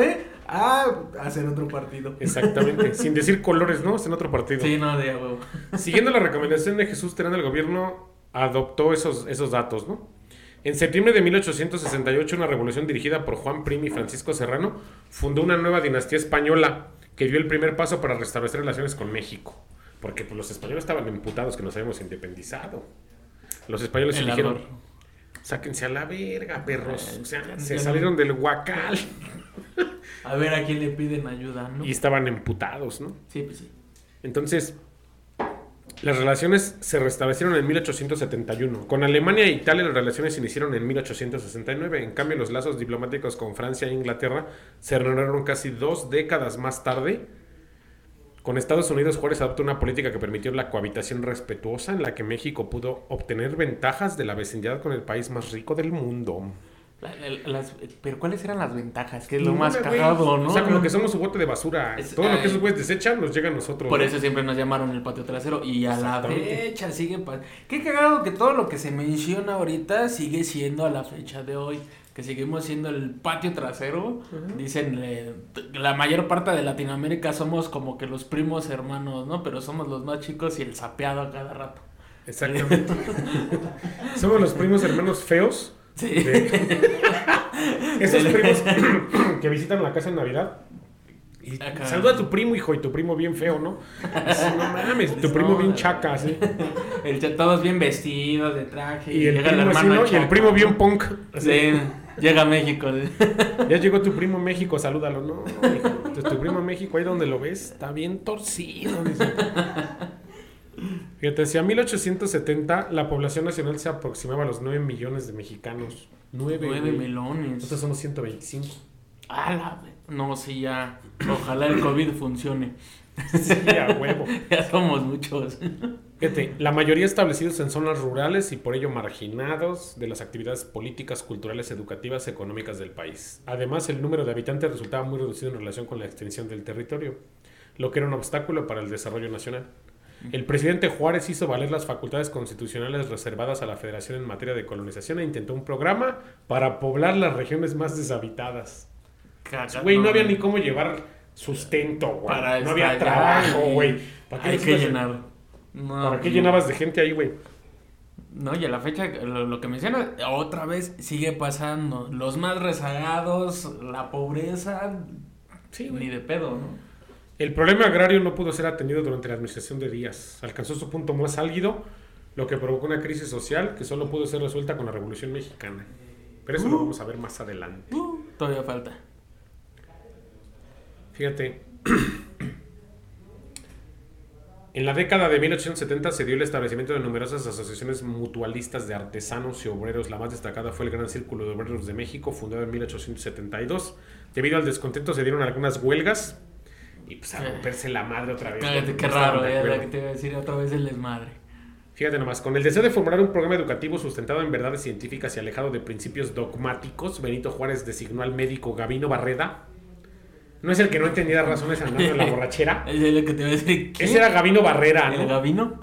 Ah, hacer otro partido. Exactamente, sin decir colores, ¿no? Es en otro partido. Sí, no, de a huevo. Siguiendo la recomendación de Jesús Terán, el gobierno adoptó esos, esos datos, ¿no? En septiembre de mil ochocientos sesenta y ocho, una revolución dirigida por Juan Prim y Francisco Serrano fundó una nueva dinastía española que dio el primer paso para restablecer relaciones con México. Porque pues, los españoles estaban emputados que nos habíamos independizado. Los españoles El dijeron, ardor. sáquense a la verga, perros. O sea, Ya se no- salieron del huacal. A ver a quién le piden ayuda, ¿no? Y estaban emputados, ¿no? Sí, pues sí. Entonces, las relaciones se restablecieron en mil ochocientos setenta y uno. Con Alemania e Italia las relaciones se iniciaron en mil ochocientos sesenta y nueve. En cambio, los lazos diplomáticos con Francia e Inglaterra se renovaron casi dos décadas más tarde. Con Estados Unidos, Juárez adoptó una política que permitió la cohabitación respetuosa en la que México pudo obtener ventajas de la vecindad con el país más rico del mundo. La- la- las- pero ¿cuáles eran las ventajas? Que es lo Ninguna, más güey. cagado, ¿no? O sea, como que somos su bote de basura. Es- Todo lo que ay. esos güeyes desechan nos llega a nosotros. Por ¿no? eso siempre nos llamaron el patio trasero y a la Exactamente. fecha sigue pa- Qué cagado que todo lo que se menciona ahorita sigue siendo a la fecha de hoy, que seguimos siendo el patio trasero. Dicen, eh, t- la mayor parte de Latinoamérica somos como que los primos hermanos, ¿no? Pero somos los más chicos y el sapeado a cada rato. Exactamente. Somos los primos hermanos feos. Sí. de- Esos primos que visitan la casa en Navidad. Y Acá. saluda a tu primo, hijo, y tu primo bien feo, ¿no? Dices, no mames, tu primo No, bien chaca, ¿sí? El cha- todos bien vestidos, de traje. Y el llega primo así, ¿no? Y el chaca. primo bien punk. así. Sí, llega a México. Ya llegó tu primo a México, salúdalo. No, hijo, entonces tu primo a México, ahí donde lo ves, está bien torcido. Dice. Fíjate, hacia mil ochocientos setenta la población nacional se aproximaba a los nueve millones de mexicanos. nueve, Nueve güey. melones. Nosotros somos ciento veinticinco. A la ve- No, sí, ya. Ojalá el COVID funcione. Sí, a huevo. Ya somos muchos. Fíjate, la mayoría establecidos en zonas rurales y por ello marginados de las actividades políticas, culturales, educativas, económicas del país. Además, el número de habitantes resultaba muy reducido en relación con la extensión del territorio, lo que era un obstáculo para el desarrollo nacional. El presidente Juárez hizo valer las facultades constitucionales reservadas a la Federación en materia de colonización e intentó un programa para poblar las regiones más deshabitadas. Caca, Güey, no había ni cómo llevar sustento, güey. Para No había estallar, trabajo, y- güey. ¿Para qué, Hay que necesitas- llenar. No, ¿Para qué no. llenabas de gente ahí, güey? No, y a la fecha, lo, lo que menciona, otra vez sigue pasando. Los más rezagados, la pobreza, Sí, ni de pedo, ¿no? El problema agrario no pudo ser atendido durante la administración de Díaz. Alcanzó su punto más álgido, lo que provocó una crisis social que solo pudo ser resuelta con la Revolución Mexicana. Pero eso lo vamos a ver más adelante. Uh, todavía falta. Fíjate. En la década de mil ochocientos setenta se dio el establecimiento de numerosas asociaciones mutualistas de artesanos y obreros. La más destacada fue el Gran Círculo de Obreros de México, fundado en mil ochocientos setenta y dos. Debido al descontento se dieron algunas huelgas y pues a romperse la madre otra vez. Cállate, ¿no? qué No estaban raro, de eh, acuerdo. la que te iba a decir otra vez el desmadre. Fíjate nomás, con el deseo de formular un programa educativo sustentado en verdades científicas y alejado de principios dogmáticos, Benito Juárez designó al médico Gavino Barreda. ¿No es el que no entendía razones andando en la borrachera? Es lo que te iba a decir. ¿qué? Ese era Gavino Barrera, ¿El ¿no? Gavino?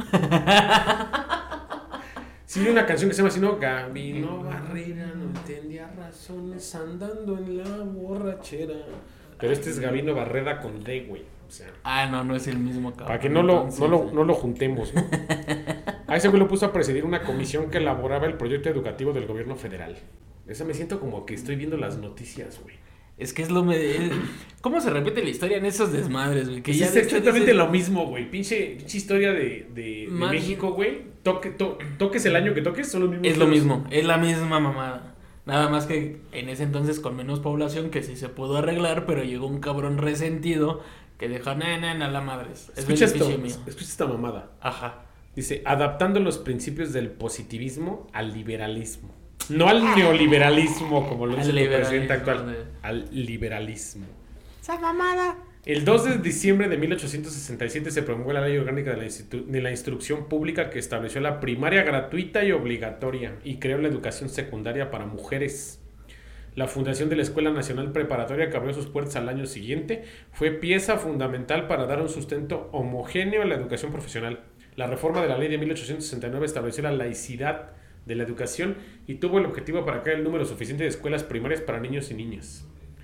Sí, hay una canción que se llama así, ¿no? Gavino Barrera no entendía razones andando en la borrachera. Pero este es Gavino Barreda con D, güey. O sea, Ah, no, no es el mismo cabrón. para que no lo, entonces, no, lo, eh. no lo juntemos, ¿no? A ese güey lo puso a presidir una comisión que elaboraba el proyecto educativo del gobierno federal. Esa me siento como que estoy viendo las noticias, güey. Es que es lo... Me... es- ¿Cómo se repite la historia en esos desmadres, güey? Que Que ya es de hecho exactamente dices- lo mismo, güey. Pinche, pinche historia de, de, de Más- México, güey. Toque, to- toques el año que toques, son los mismos. Es lo pedos. mismo, es la misma mamada. Nada más que en ese entonces con menos población que sí se pudo arreglar, pero llegó un cabrón resentido que dijo, na, na, na, la madre. Es Escucha esto, beneficio mío. escucha esta mamada. Ajá. Dice, adaptando los principios del positivismo al liberalismo. No al neoliberalismo, como lo Al dice el presidente liberalismo, actual. de- Al liberalismo. Esa mamada. El dos de diciembre de mil ochocientos sesenta y siete se promulgó la Ley Orgánica de la, Institu- de la Instrucción Pública que estableció la primaria gratuita y obligatoria y creó la educación secundaria para mujeres. La fundación de la Escuela Nacional Preparatoria, que abrió sus puertas al año siguiente, fue pieza fundamental para dar un sustento homogéneo a la educación profesional. La reforma de la ley de mil ochocientos sesenta y nueve estableció la laicidad de la educación y tuvo el objetivo para crear el número suficiente de escuelas primarias para niños y niñas.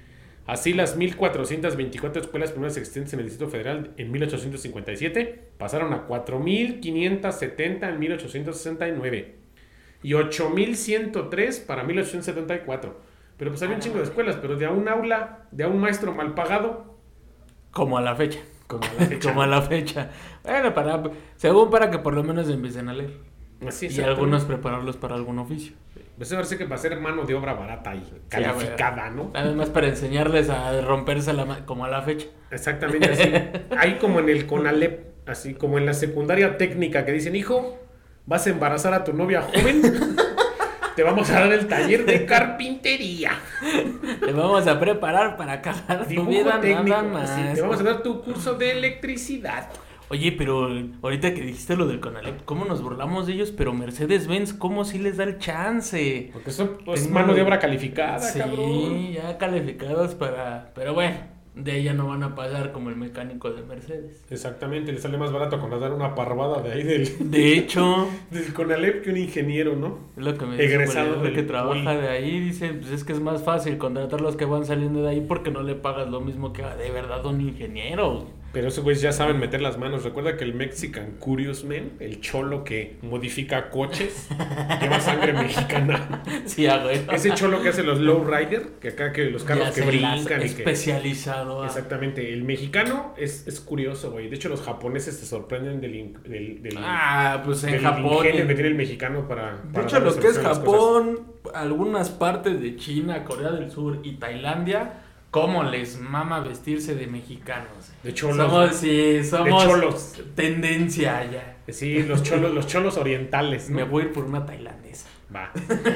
Así, las mil cuatrocientas veinticuatro escuelas primarias existentes en el Distrito Federal en mil ochocientos cincuenta y siete pasaron a cuatro mil quinientos setenta en mil ochocientos sesenta y nueve y ocho mil ciento tres para mil ochocientos setenta y cuatro. Pero pues había un chingo de escuelas, pero de a un aula, de a un maestro mal pagado. Como a la fecha. Como a la fecha. Como a la fecha. Bueno, para, según para que por lo menos empiecen a leer. Así es. Y algunos prepararlos para algún oficio. Pues ahora sí que va a ser mano de obra barata y calificada, sí, ¿no? Además para enseñarles a romperse la ma- como a la fecha. Exactamente así. Ahí como en el CONALEP, así como en la secundaria técnica que dicen, hijo, vas a embarazar a tu novia joven, te vamos a dar el taller de carpintería. Te vamos a preparar para cagar tu Dibujo vida técnico, nada más. sí, te vamos a dar tu curso de electricidad. Oye, pero ahorita que dijiste lo del CONALEP, ¿cómo nos burlamos de ellos? Pero Mercedes-Benz, ¿cómo sí les da el chance? Porque son pues, Tengo- mano de obra calificada, Sí, cabrón. ya calificados para... Pero bueno, de ahí ya no van a pasar como el mecánico de Mercedes. Exactamente, le sale más barato contratar una parvada de ahí del, De hecho, del CONALEP que un ingeniero, ¿no? es lo que me dice Egresado el del que trabaja Poli. de ahí, dice, pues es que es más fácil contratar los que van saliendo de ahí porque no le pagas lo mismo que a de verdad un ingeniero. Pero esos güeyes ya saben meter las manos. Recuerda que el Mexican Curious Man, el cholo que modifica coches, lleva sangre mexicana. Sí, a güey. Ese cholo que hace los lowrider, que acá que los carros Ya que se las- brincan y que... especializado. a- Exactamente, el mexicano es, es curioso, güey. De hecho, los japoneses se sorprenden del, in- del, del, Ah, pues en del Japón. ingenio que tiene el mexicano para... De para hecho, darle lo que es solución a las cosas. Japón, algunas partes de China, Corea del Sur y Tailandia, cómo les mama vestirse de mexicanos. De cholos. Somos, sí, somos cholos. tendencia allá. Sí, los cholos, los cholos orientales, ¿no? Me voy a ir por una tailandesa. Va.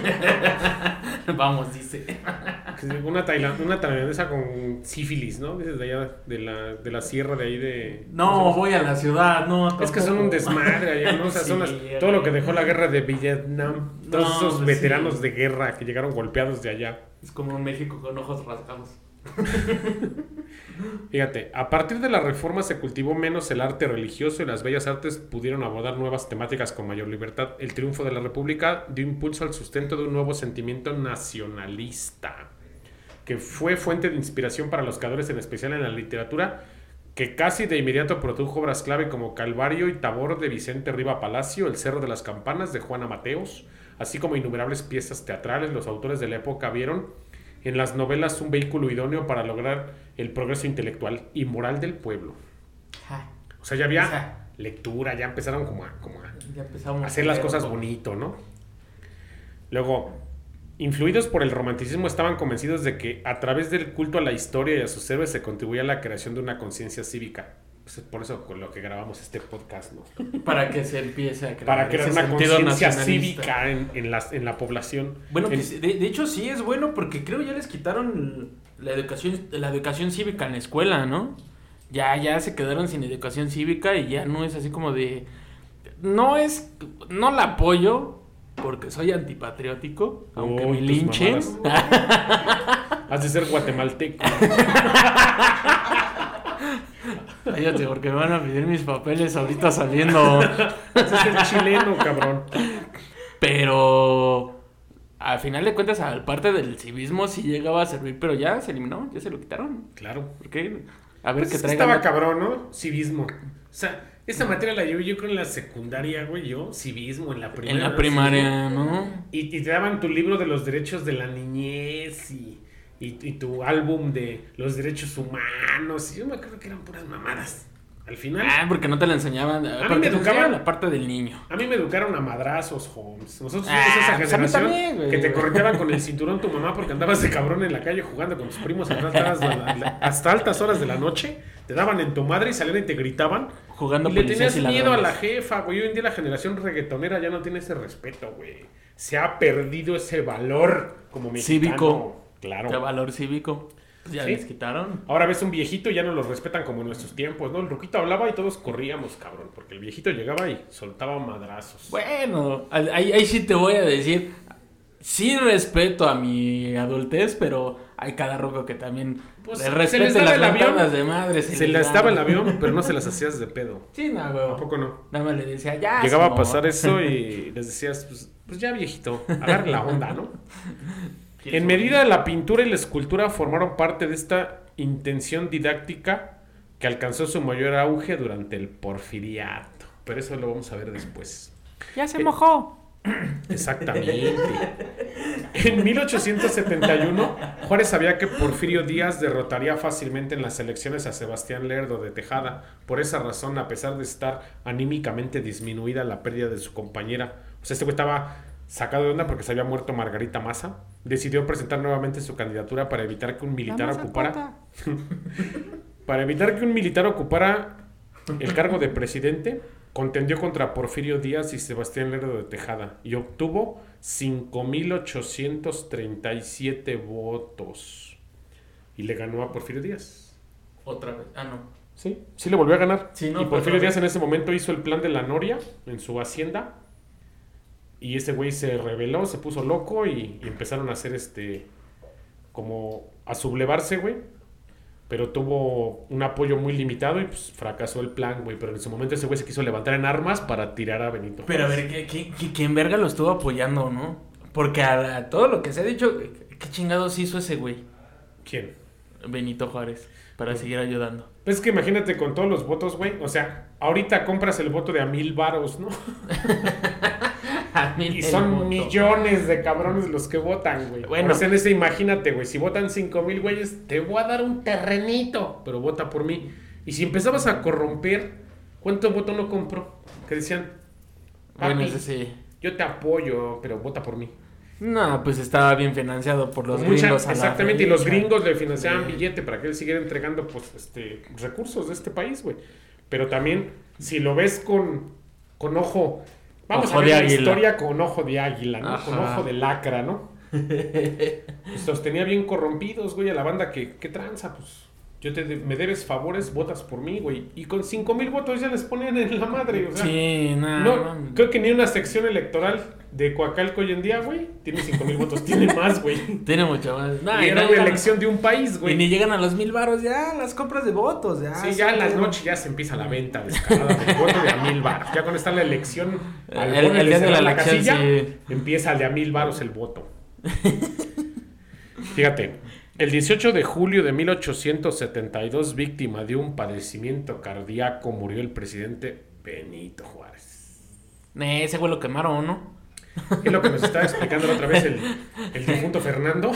Vamos, dice. Una, tailand- una tailandesa con sífilis, ¿no? Dices de allá, de la, de la sierra de ahí de... No, voy a la ciudad, no. Es que tampoco. son un desmadre allá, ¿no? O sea, son las- Sí, todo lo que güey. dejó la guerra de Vietnam. Todos No, esos pues veteranos sí. de guerra que llegaron golpeados de allá. Es como un México con ojos rasgados. Fíjate, a partir de la reforma se cultivó menos el arte religioso y las bellas artes pudieron abordar nuevas temáticas con mayor libertad. El triunfo de la República dio impulso al sustento de un nuevo sentimiento nacionalista, que fue fuente de inspiración para los creadores, en especial en la literatura, que casi de inmediato produjo obras clave como Calvario y Tabor de Vicente Riva Palacio, El Cerro de las Campanas de Juana Mateos, así como innumerables piezas teatrales. Los autores de la época vieron en las novelas un vehículo idóneo para lograr el progreso intelectual y moral del pueblo. Ja, O sea, ya había Esa. lectura, ya empezaron como a, como a ya empezamos hacer a las ver cosas un poco. bonito, ¿no? Luego, influidos por el romanticismo, estaban convencidos de que a través del culto a la historia y a sus héroes se contribuía a la creación de una conciencia cívica. Pues es por eso con lo que grabamos este podcast, ¿no? Para que se empiece a crear Para crear ese una sentido conciencia nacionalista. cívica en, en, la, en la población. Bueno, En- que sí, de, de hecho sí es bueno porque creo ya les quitaron la educación la educación cívica en la escuela, ¿no? Ya ya se quedaron sin educación cívica y ya no es así como de no es no la apoyo porque soy antipatriótico, aunque Uy, me tus linchen. Has de ser guatemalteco. Cállate, porque me van a pedir mis papeles ahorita saliendo. Has de ser chileno, cabrón. Pero al final de cuentas, al parte del civismo sí llegaba a servir, pero ya se eliminó, ya se lo quitaron. Claro. ¿Por qué? A ver Pues que es que traigan. estaba cabrón, ¿no? Civismo. O sea, esa materia la llevé yo creo en la secundaria, güey, yo. Civismo en la primaria. En la primaria, ¿no? Y, y te daban tu libro de los derechos de la niñez y, y, y tu álbum de los derechos humanos. Y yo me acuerdo que eran puras mamadas. Al final, Ah, porque no te la enseñaban. mí Porque me te educaban- enseñaban la parte del niño. a mí me educaron a madrazos, Holmes. Nosotros Ah, fuimos esa pues a mí generación también, güey. que te correteaban con el cinturón tu mamá porque andabas de cabrón en la calle jugando con tus primos hasta altas, horas de la- hasta altas horas de la noche. Te daban en tu madre y salían y te gritaban. Jugando Y le policías tenías y miedo a la ladrones. jefa, güey. Hoy en día la generación reggaetonera ya no tiene ese respeto, güey. Se ha perdido ese valor como mexicano. Cívico. Claro. Qué valor cívico. Pues ya Sí. les quitaron. Ahora ves un viejito y ya no lo respetan como en nuestros tiempos, ¿no? El ruquito hablaba y todos corríamos, cabrón. Porque el viejito llegaba y soltaba madrazos. Bueno, ahí, ahí sí te voy a decir. Sí respeto a mi adultez, pero hay cada roco que también Pues, le se respete les daba las el avión. ventanas de madre. Se les les da. daba el avión, pero no se las hacías de pedo. Sí, no, güey. ¿A poco no? Nada más le decía, ya. Llegaba a señor. pasar eso y les decías, pues, pues ya viejito, agarra la onda, ¿no? En medida la pintura y la escultura formaron parte de esta intención didáctica que alcanzó su mayor auge durante el Porfiriato. Pero eso lo vamos a ver después. Ya se Eh, mojó. Exactamente. En mil ochocientos setenta y uno, Juárez sabía que Porfirio Díaz derrotaría fácilmente en las elecciones a Sebastián Lerdo de Tejada. Por esa razón, a pesar de estar anímicamente disminuida la pérdida de su compañera, o sea, este güey estaba sacado de onda porque se había muerto Margarita Maza, decidió presentar nuevamente su candidatura para evitar que un militar ocupara para evitar que un militar ocupara el cargo de presidente. Contendió contra Porfirio Díaz y Sebastián Lerdo de Tejada y obtuvo cinco mil ochocientos treinta y siete votos. Y le ganó a Porfirio Díaz. Otra vez. Ah, no. Sí, sí le volvió a ganar. Sí, no, y Porfirio otra Díaz vez. en ese momento hizo el plan de la Noria en su hacienda. Y ese güey se rebeló, se puso loco y, y empezaron a hacer este... como a sublevarse, güey. Pero tuvo un apoyo muy limitado y pues fracasó el plan, güey. Pero en ese momento ese güey se quiso levantar en armas para tirar a Benito Pero a Juárez. ver, ¿qué, qué, qué, quién verga lo estuvo apoyando, no? Porque a, a todo lo que se ha dicho, ¿qué chingados hizo ese güey? ¿Quién? Benito Juárez, para seguir ayudando. Pues es que imagínate con todos los votos, güey. O sea, ahorita compras el voto de a mil varos, ¿no? A mí Y el son voto. millones de cabrones los que votan, güey. Bueno. O sea, en ese, imagínate, güey. Si votan cinco mil güeyes, te voy a dar un terrenito. Pero vota por mí. Y si empezabas a corromper, ¿cuánto voto no compró? Que decían, Bueno, papi, ese sí. yo te apoyo, pero vota por mí. No, pues estaba bien financiado por los Con mucha- gringos. a la exactamente, y los fecha. gringos le financiaban Sí. billete para que él siguiera entregando pues este recursos de este país, güey. Pero también, si lo ves con, con ojo, vamos Ojo a ver de la águila. historia con ojo de águila, ¿no? Ajá. Con ojo de lacra, ¿no? Pues los tenía bien corrompidos, güey, a la banda que, ¿qué tranza? Pues yo te de- me debes favores, votas por mí, güey. Y con cinco mil votos ya les ponen en la madre, o sea. Sí, nada. No, creo que ni una sección electoral de Coacalco hoy en día, güey, tiene cinco mil votos, tiene más, güey. Tiene mucho más. No, Y y era no una llegan- elección de un país, Y güey. ni llegan a los mil varos ya, las compras de votos, ya. Sí, ya en las pero- noches ya se empieza la venta descarada del voto de a mil baros. Ya cuando está la elección, al El- borde el día de la cerrar elección, casilla, sí. empieza el de a mil varos el voto. Fíjate, el dieciocho de julio de mil ochocientos setenta y dos, víctima de un padecimiento cardíaco, murió el presidente Benito Juárez. Eh, ese güey lo quemaron, ¿no? Es lo que nos estaba explicando la otra vez el, el difunto Fernando.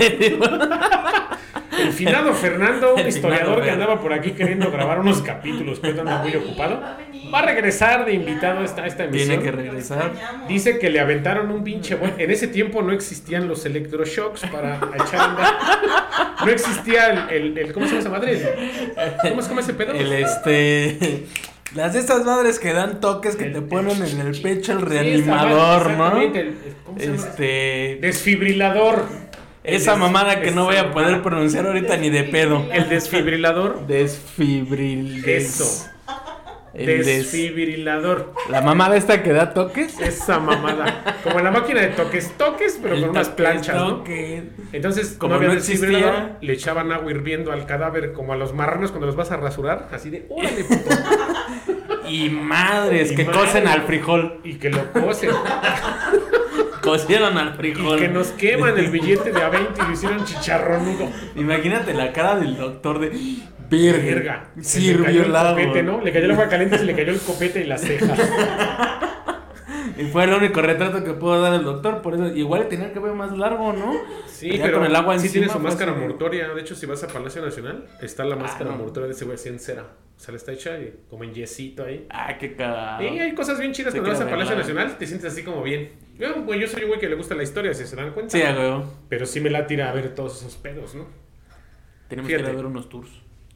El finado Fernando, un El historiador finado que Fer. andaba por aquí queriendo grabar unos capítulos, pero anda muy ocupado. Va a regresar de invitado a esta, a esta emisión. Tiene que regresar. Dice que le aventaron un pinche buen... En ese tiempo no existían los electroshocks para echar a andar. No existía el, el, el- ¿cómo se llama esa madre? El- ¿Cómo se llama ese pedo? El este. Las de estas madres que dan toques que El- te ponen en el pecho el Sí, reanimador, esa madre, ¿no? exactamente, el- ¿cómo se llama? Este. Desfibrilador. Esa El des- mamada que no voy a poder esa- pronunciar ahorita ni de pedo. El desfibrilador. Desfibril. des- Eso. el des- Desfibrilador. La mamada esta que da toques. Esa mamada. Como la máquina de toques, toques, pero El con unas toque, planchas, ¿no? toque. Entonces, Como como había no desfibrilador, existía. le echaban agua hirviendo al cadáver, como a los marranos cuando los vas a rasurar, así de, órale, puto. Y madres Y que madre. cocen al frijol. Y que lo cocen. Cocieron al Y frijol. que nos queman el billete de a veinte y lo hicieron chicharronudo. Imagínate la cara del doctor de. Verga. Verga. Se le Sirvió cayó el el agua. copete, ¿no? Le cayó el agua caliente, se le cayó el copete y las cejas. Y fue el único retrato que pudo dar el doctor, por eso igual tenía que ver más largo, ¿no? Sí, Ya pero con el agua sí encima, tiene su pues, máscara sí. mortuoria. De hecho, si vas a Palacio Nacional, está la máscara no. mortuoria de ese güey así en cera. O sea, le está hecha y- como en yesito ahí. Ah, qué cagado. Y hay cosas bien chidas Sí, cuando vas a claro, Palacio claro. Nacional, te sientes así como bien. Yo, güey, yo soy un güey que le gusta la historia, si se dan cuenta. Sí, a huevo. Pero sí me la tira a ver todos esos pedos, ¿no? Tenemos que ir Fíjate. a ver unos tours.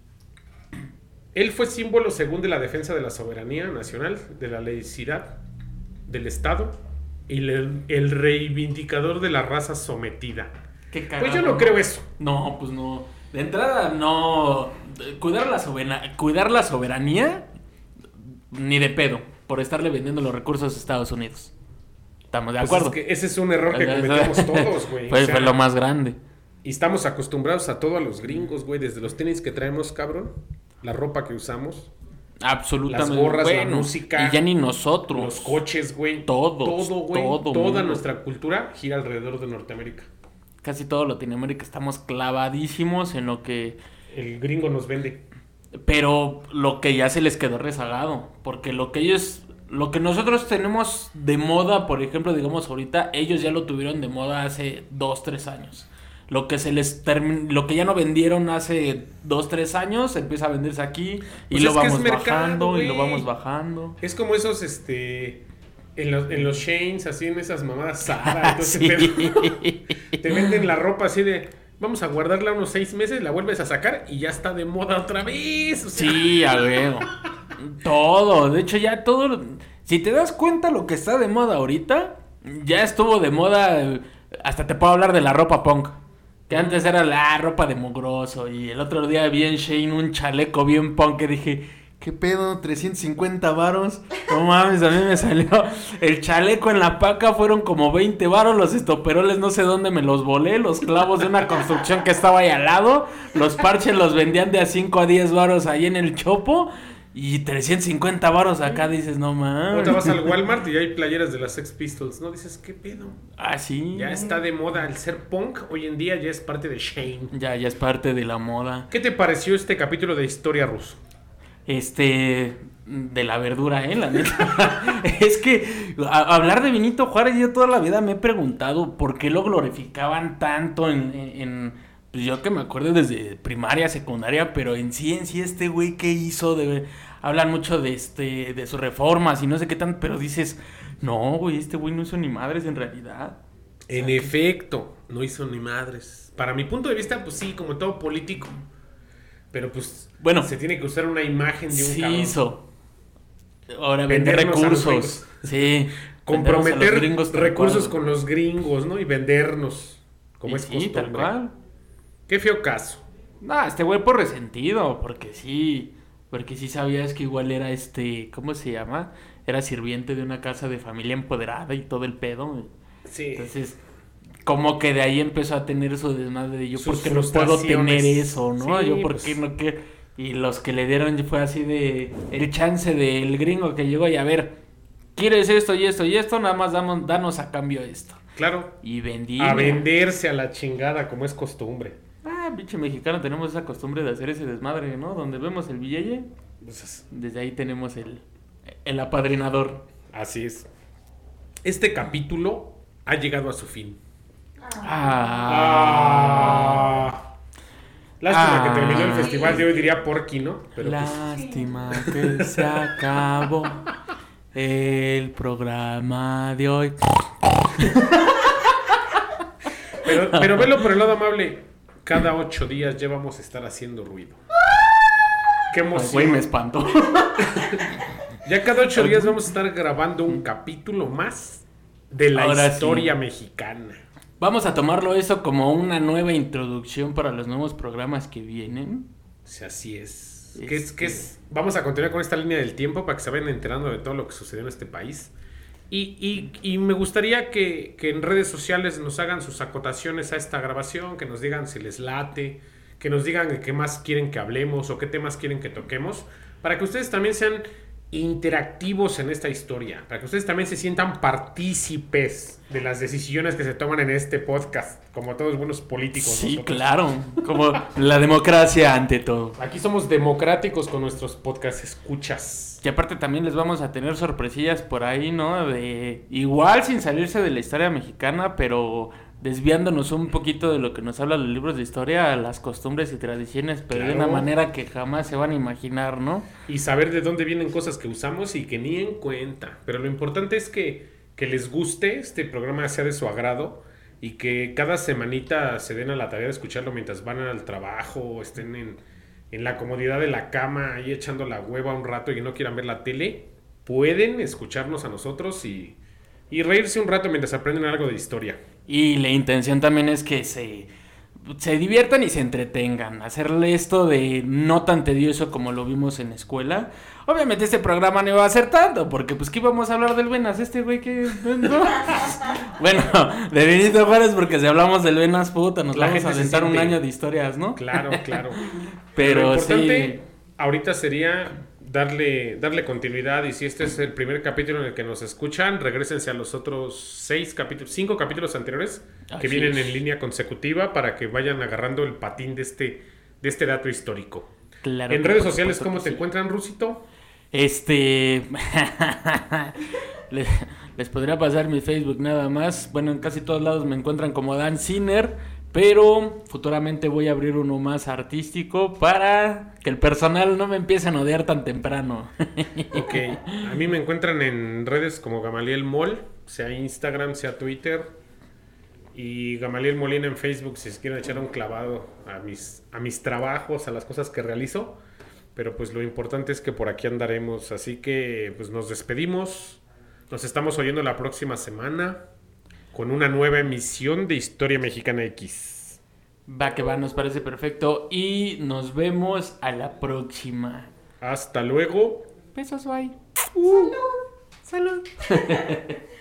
Él fue símbolo, según, de la defensa de la soberanía nacional, de la laicidad del Estado y el, el reivindicador de la raza sometida. Qué cagado. Pues yo no creo eso. No, pues no. De entrada, no. Cuidar la, soberana... Cuidar la soberanía, ni de pedo, por estarle vendiendo los recursos a Estados Unidos. Estamos de Pues acuerdo. es que ese es un error que O sea, cometemos todos, güey. Fue, O sea, fue lo más grande. Y estamos acostumbrados a todo a los gringos, güey. Desde los tenis que traemos, cabrón. La ropa que usamos. Absolutamente. Las gorras, la Bueno, música, Y ya ni nosotros. Los coches, güey. Todos, Todo, güey. todo Toda mundo. nuestra cultura gira alrededor de Norteamérica. casi todo Latinoamérica estamos clavadísimos en lo que... El gringo nos vende. Pero lo que ya se les quedó rezagado, porque lo que ellos... Lo que nosotros tenemos de moda, por ejemplo, digamos ahorita, ellos ya lo tuvieron de moda hace dos, tres años. Lo que se les termi- lo que ya no vendieron hace dos, tres años, empieza a venderse aquí y Pues lo es que es vamos mercado, bajando y lo güey. vamos bajando. Es como esos, este... En los, en los Shanes, así en esas mamadas Zara, entonces Sí. te venden la ropa así de... Vamos a guardarla unos seis meses, la vuelves a sacar y ya está de moda otra vez. O sea, Sí, a ver. Todo, de hecho ya todo... Si te das cuenta lo que está de moda ahorita, ya estuvo de moda, hasta te puedo hablar de la ropa punk. Que antes era la ropa de mugroso y el otro día vi en Shein un chaleco bien punk que dije... ¿Qué pedo? trescientos cincuenta varos. No mames, a mí me salió el chaleco en la paca, fueron como veinte varos, los estoperoles no sé dónde me los volé, los clavos de una construcción que estaba ahí al lado, los parches los vendían de a cinco a diez varos ahí en el Chopo y trescientos cincuenta varos acá, dices, no mames. ahorita vas al Walmart y hay playeras de las Sex Pistols, ¿no? Dices, ¿qué pedo? Ah, sí. Ya está de moda el ser punk, hoy en día ya es parte de Shane. Ya, ya es parte de la moda. ¿Qué te pareció este capítulo de Historia Ruso? Este, de la verdura, eh, la neta. Es que a- hablar de Benito Juárez, yo toda la vida me he preguntado por qué lo glorificaban tanto en, en, en- pues yo que me acuerdo desde primaria, secundaria, pero en sí, en sí este güey que hizo, de, hablan mucho de este, de sus reformas y no sé qué tan, pero dices, no, güey, este güey no hizo ni madres en realidad. En efecto, no hizo ni madres. Para mi punto de vista, pues sí, como todo político. Pero pues, Bueno, se tiene que usar una imagen de un Sí cabrón. hizo. Ahora vender Vendernos a los recursos. gringos. Sí. Comprometer vendernos a los gringos tal recursos cual. con los gringos, ¿no? Y vendernos, como Y es sí, costumbre. tal cual. Qué feo caso. No, este güey por resentido, porque sí, porque sí sabías que igual era este, ¿cómo se llama? Era sirviente de una casa de familia empoderada y todo el pedo. Sí. Entonces, como que de ahí empezó a tener su desmadre de yo, Sus ¿por qué no puedo frustraciones. tener eso, no? Sí, Yo, ¿por pues. qué no que Y los que le dieron fue así de el chance del gringo que llegó y a ver, ¿quieres esto y esto y esto? Nada más damos, danos a cambio esto. Claro. Y vendí. A venderse a la chingada, como es costumbre. Ah, pinche mexicano, tenemos esa costumbre de hacer ese desmadre, ¿no? Donde vemos el billete, Pues, desde ahí tenemos el, el apadrinador. así es. Este capítulo ha llegado a su fin. Ah. Ah. Lástima Ah. que terminó el festival de hoy, diría Porky, ¿no? Pero pues, Lástima que se acabó el programa de hoy. pero, pero velo por el lado amable. Cada ocho días ya vamos a estar haciendo ruido. Qué Ay, emoción. güey, me espantó. Ya cada ocho días vamos a estar grabando un capítulo más de la Ahora historia sí. mexicana. Vamos a tomarlo eso como una nueva introducción para los nuevos programas que vienen. O sea, así es. ¿Qué es, Este- qué es? Vamos a continuar con esta línea del tiempo para que se vayan enterando de todo lo que sucedió en este país. Y, y, y me gustaría que, que en redes sociales nos hagan sus acotaciones a esta grabación, que nos digan si les late, que nos digan de qué más quieren que hablemos o qué temas quieren que toquemos, para que ustedes también sean interactivos en esta historia, para que ustedes también se sientan partícipes de las decisiones que se toman en este podcast, como todos buenos políticos. Sí, nosotros. claro. Como la democracia ante todo. Aquí somos democráticos con nuestros podcast escuchas. Y aparte también les vamos a tener sorpresillas por ahí, ¿no? De igual sin salirse de la historia mexicana, pero desviándonos un poquito de lo que nos hablan los libros de historia, a las costumbres y tradiciones, pero de Claro. una manera que jamás se van a imaginar, ¿no? Y saber de dónde vienen cosas que usamos y que ni en cuenta. Pero lo importante es que, que les guste, este programa sea de su agrado y que cada semanita se den a la tarea de escucharlo mientras van al trabajo o estén en, en la comodidad de la cama ahí echando la hueva un rato y no quieran ver la tele. Pueden escucharnos a nosotros y, y reírse un rato mientras aprenden algo de historia. Y la intención también es que se, se diviertan y se entretengan. Hacerle esto de no tan tedioso como lo vimos en la escuela. Obviamente este programa no iba a ser tanto, porque pues que íbamos a hablar del Venas, este güey que... no. Bueno, de Benito Juárez, porque si hablamos del Venas, puta, nos La vamos a gente se aventar un siente- año de historias, ¿no? Claro, claro. Pero lo importante sí. ahorita sería darle, darle continuidad. Y si este es el primer capítulo en el que nos escuchan, regrésense a los otros seis capítulos, cinco capítulos anteriores que Así vienen es. en línea consecutiva para que vayan agarrando el patín de este, de este dato histórico. Claro En que redes por sociales, supuesto ¿cómo que te sí. encuentran, Rusito? Este. les, les podría pasar mi Facebook nada más. Bueno, en casi todos lados me encuentran como Dan Sinner. Pero futuramente voy a abrir uno más artístico para que el personal no me empiece a odiar tan temprano. Ok. A mí me encuentran en redes como Gamaliel Mol, sea Instagram, sea Twitter. Y Gamaliel Molina en Facebook, si se quieren echar un clavado a mis, a mis trabajos, a las cosas que realizo. Pero pues lo importante es que por aquí andaremos. Así que pues nos despedimos. Nos estamos oyendo la próxima semana con una nueva emisión de Historia Mexicana X. Va que va, nos parece perfecto. Y nos vemos a la próxima. Hasta luego. Besos, bye. Uh, salud. Salud.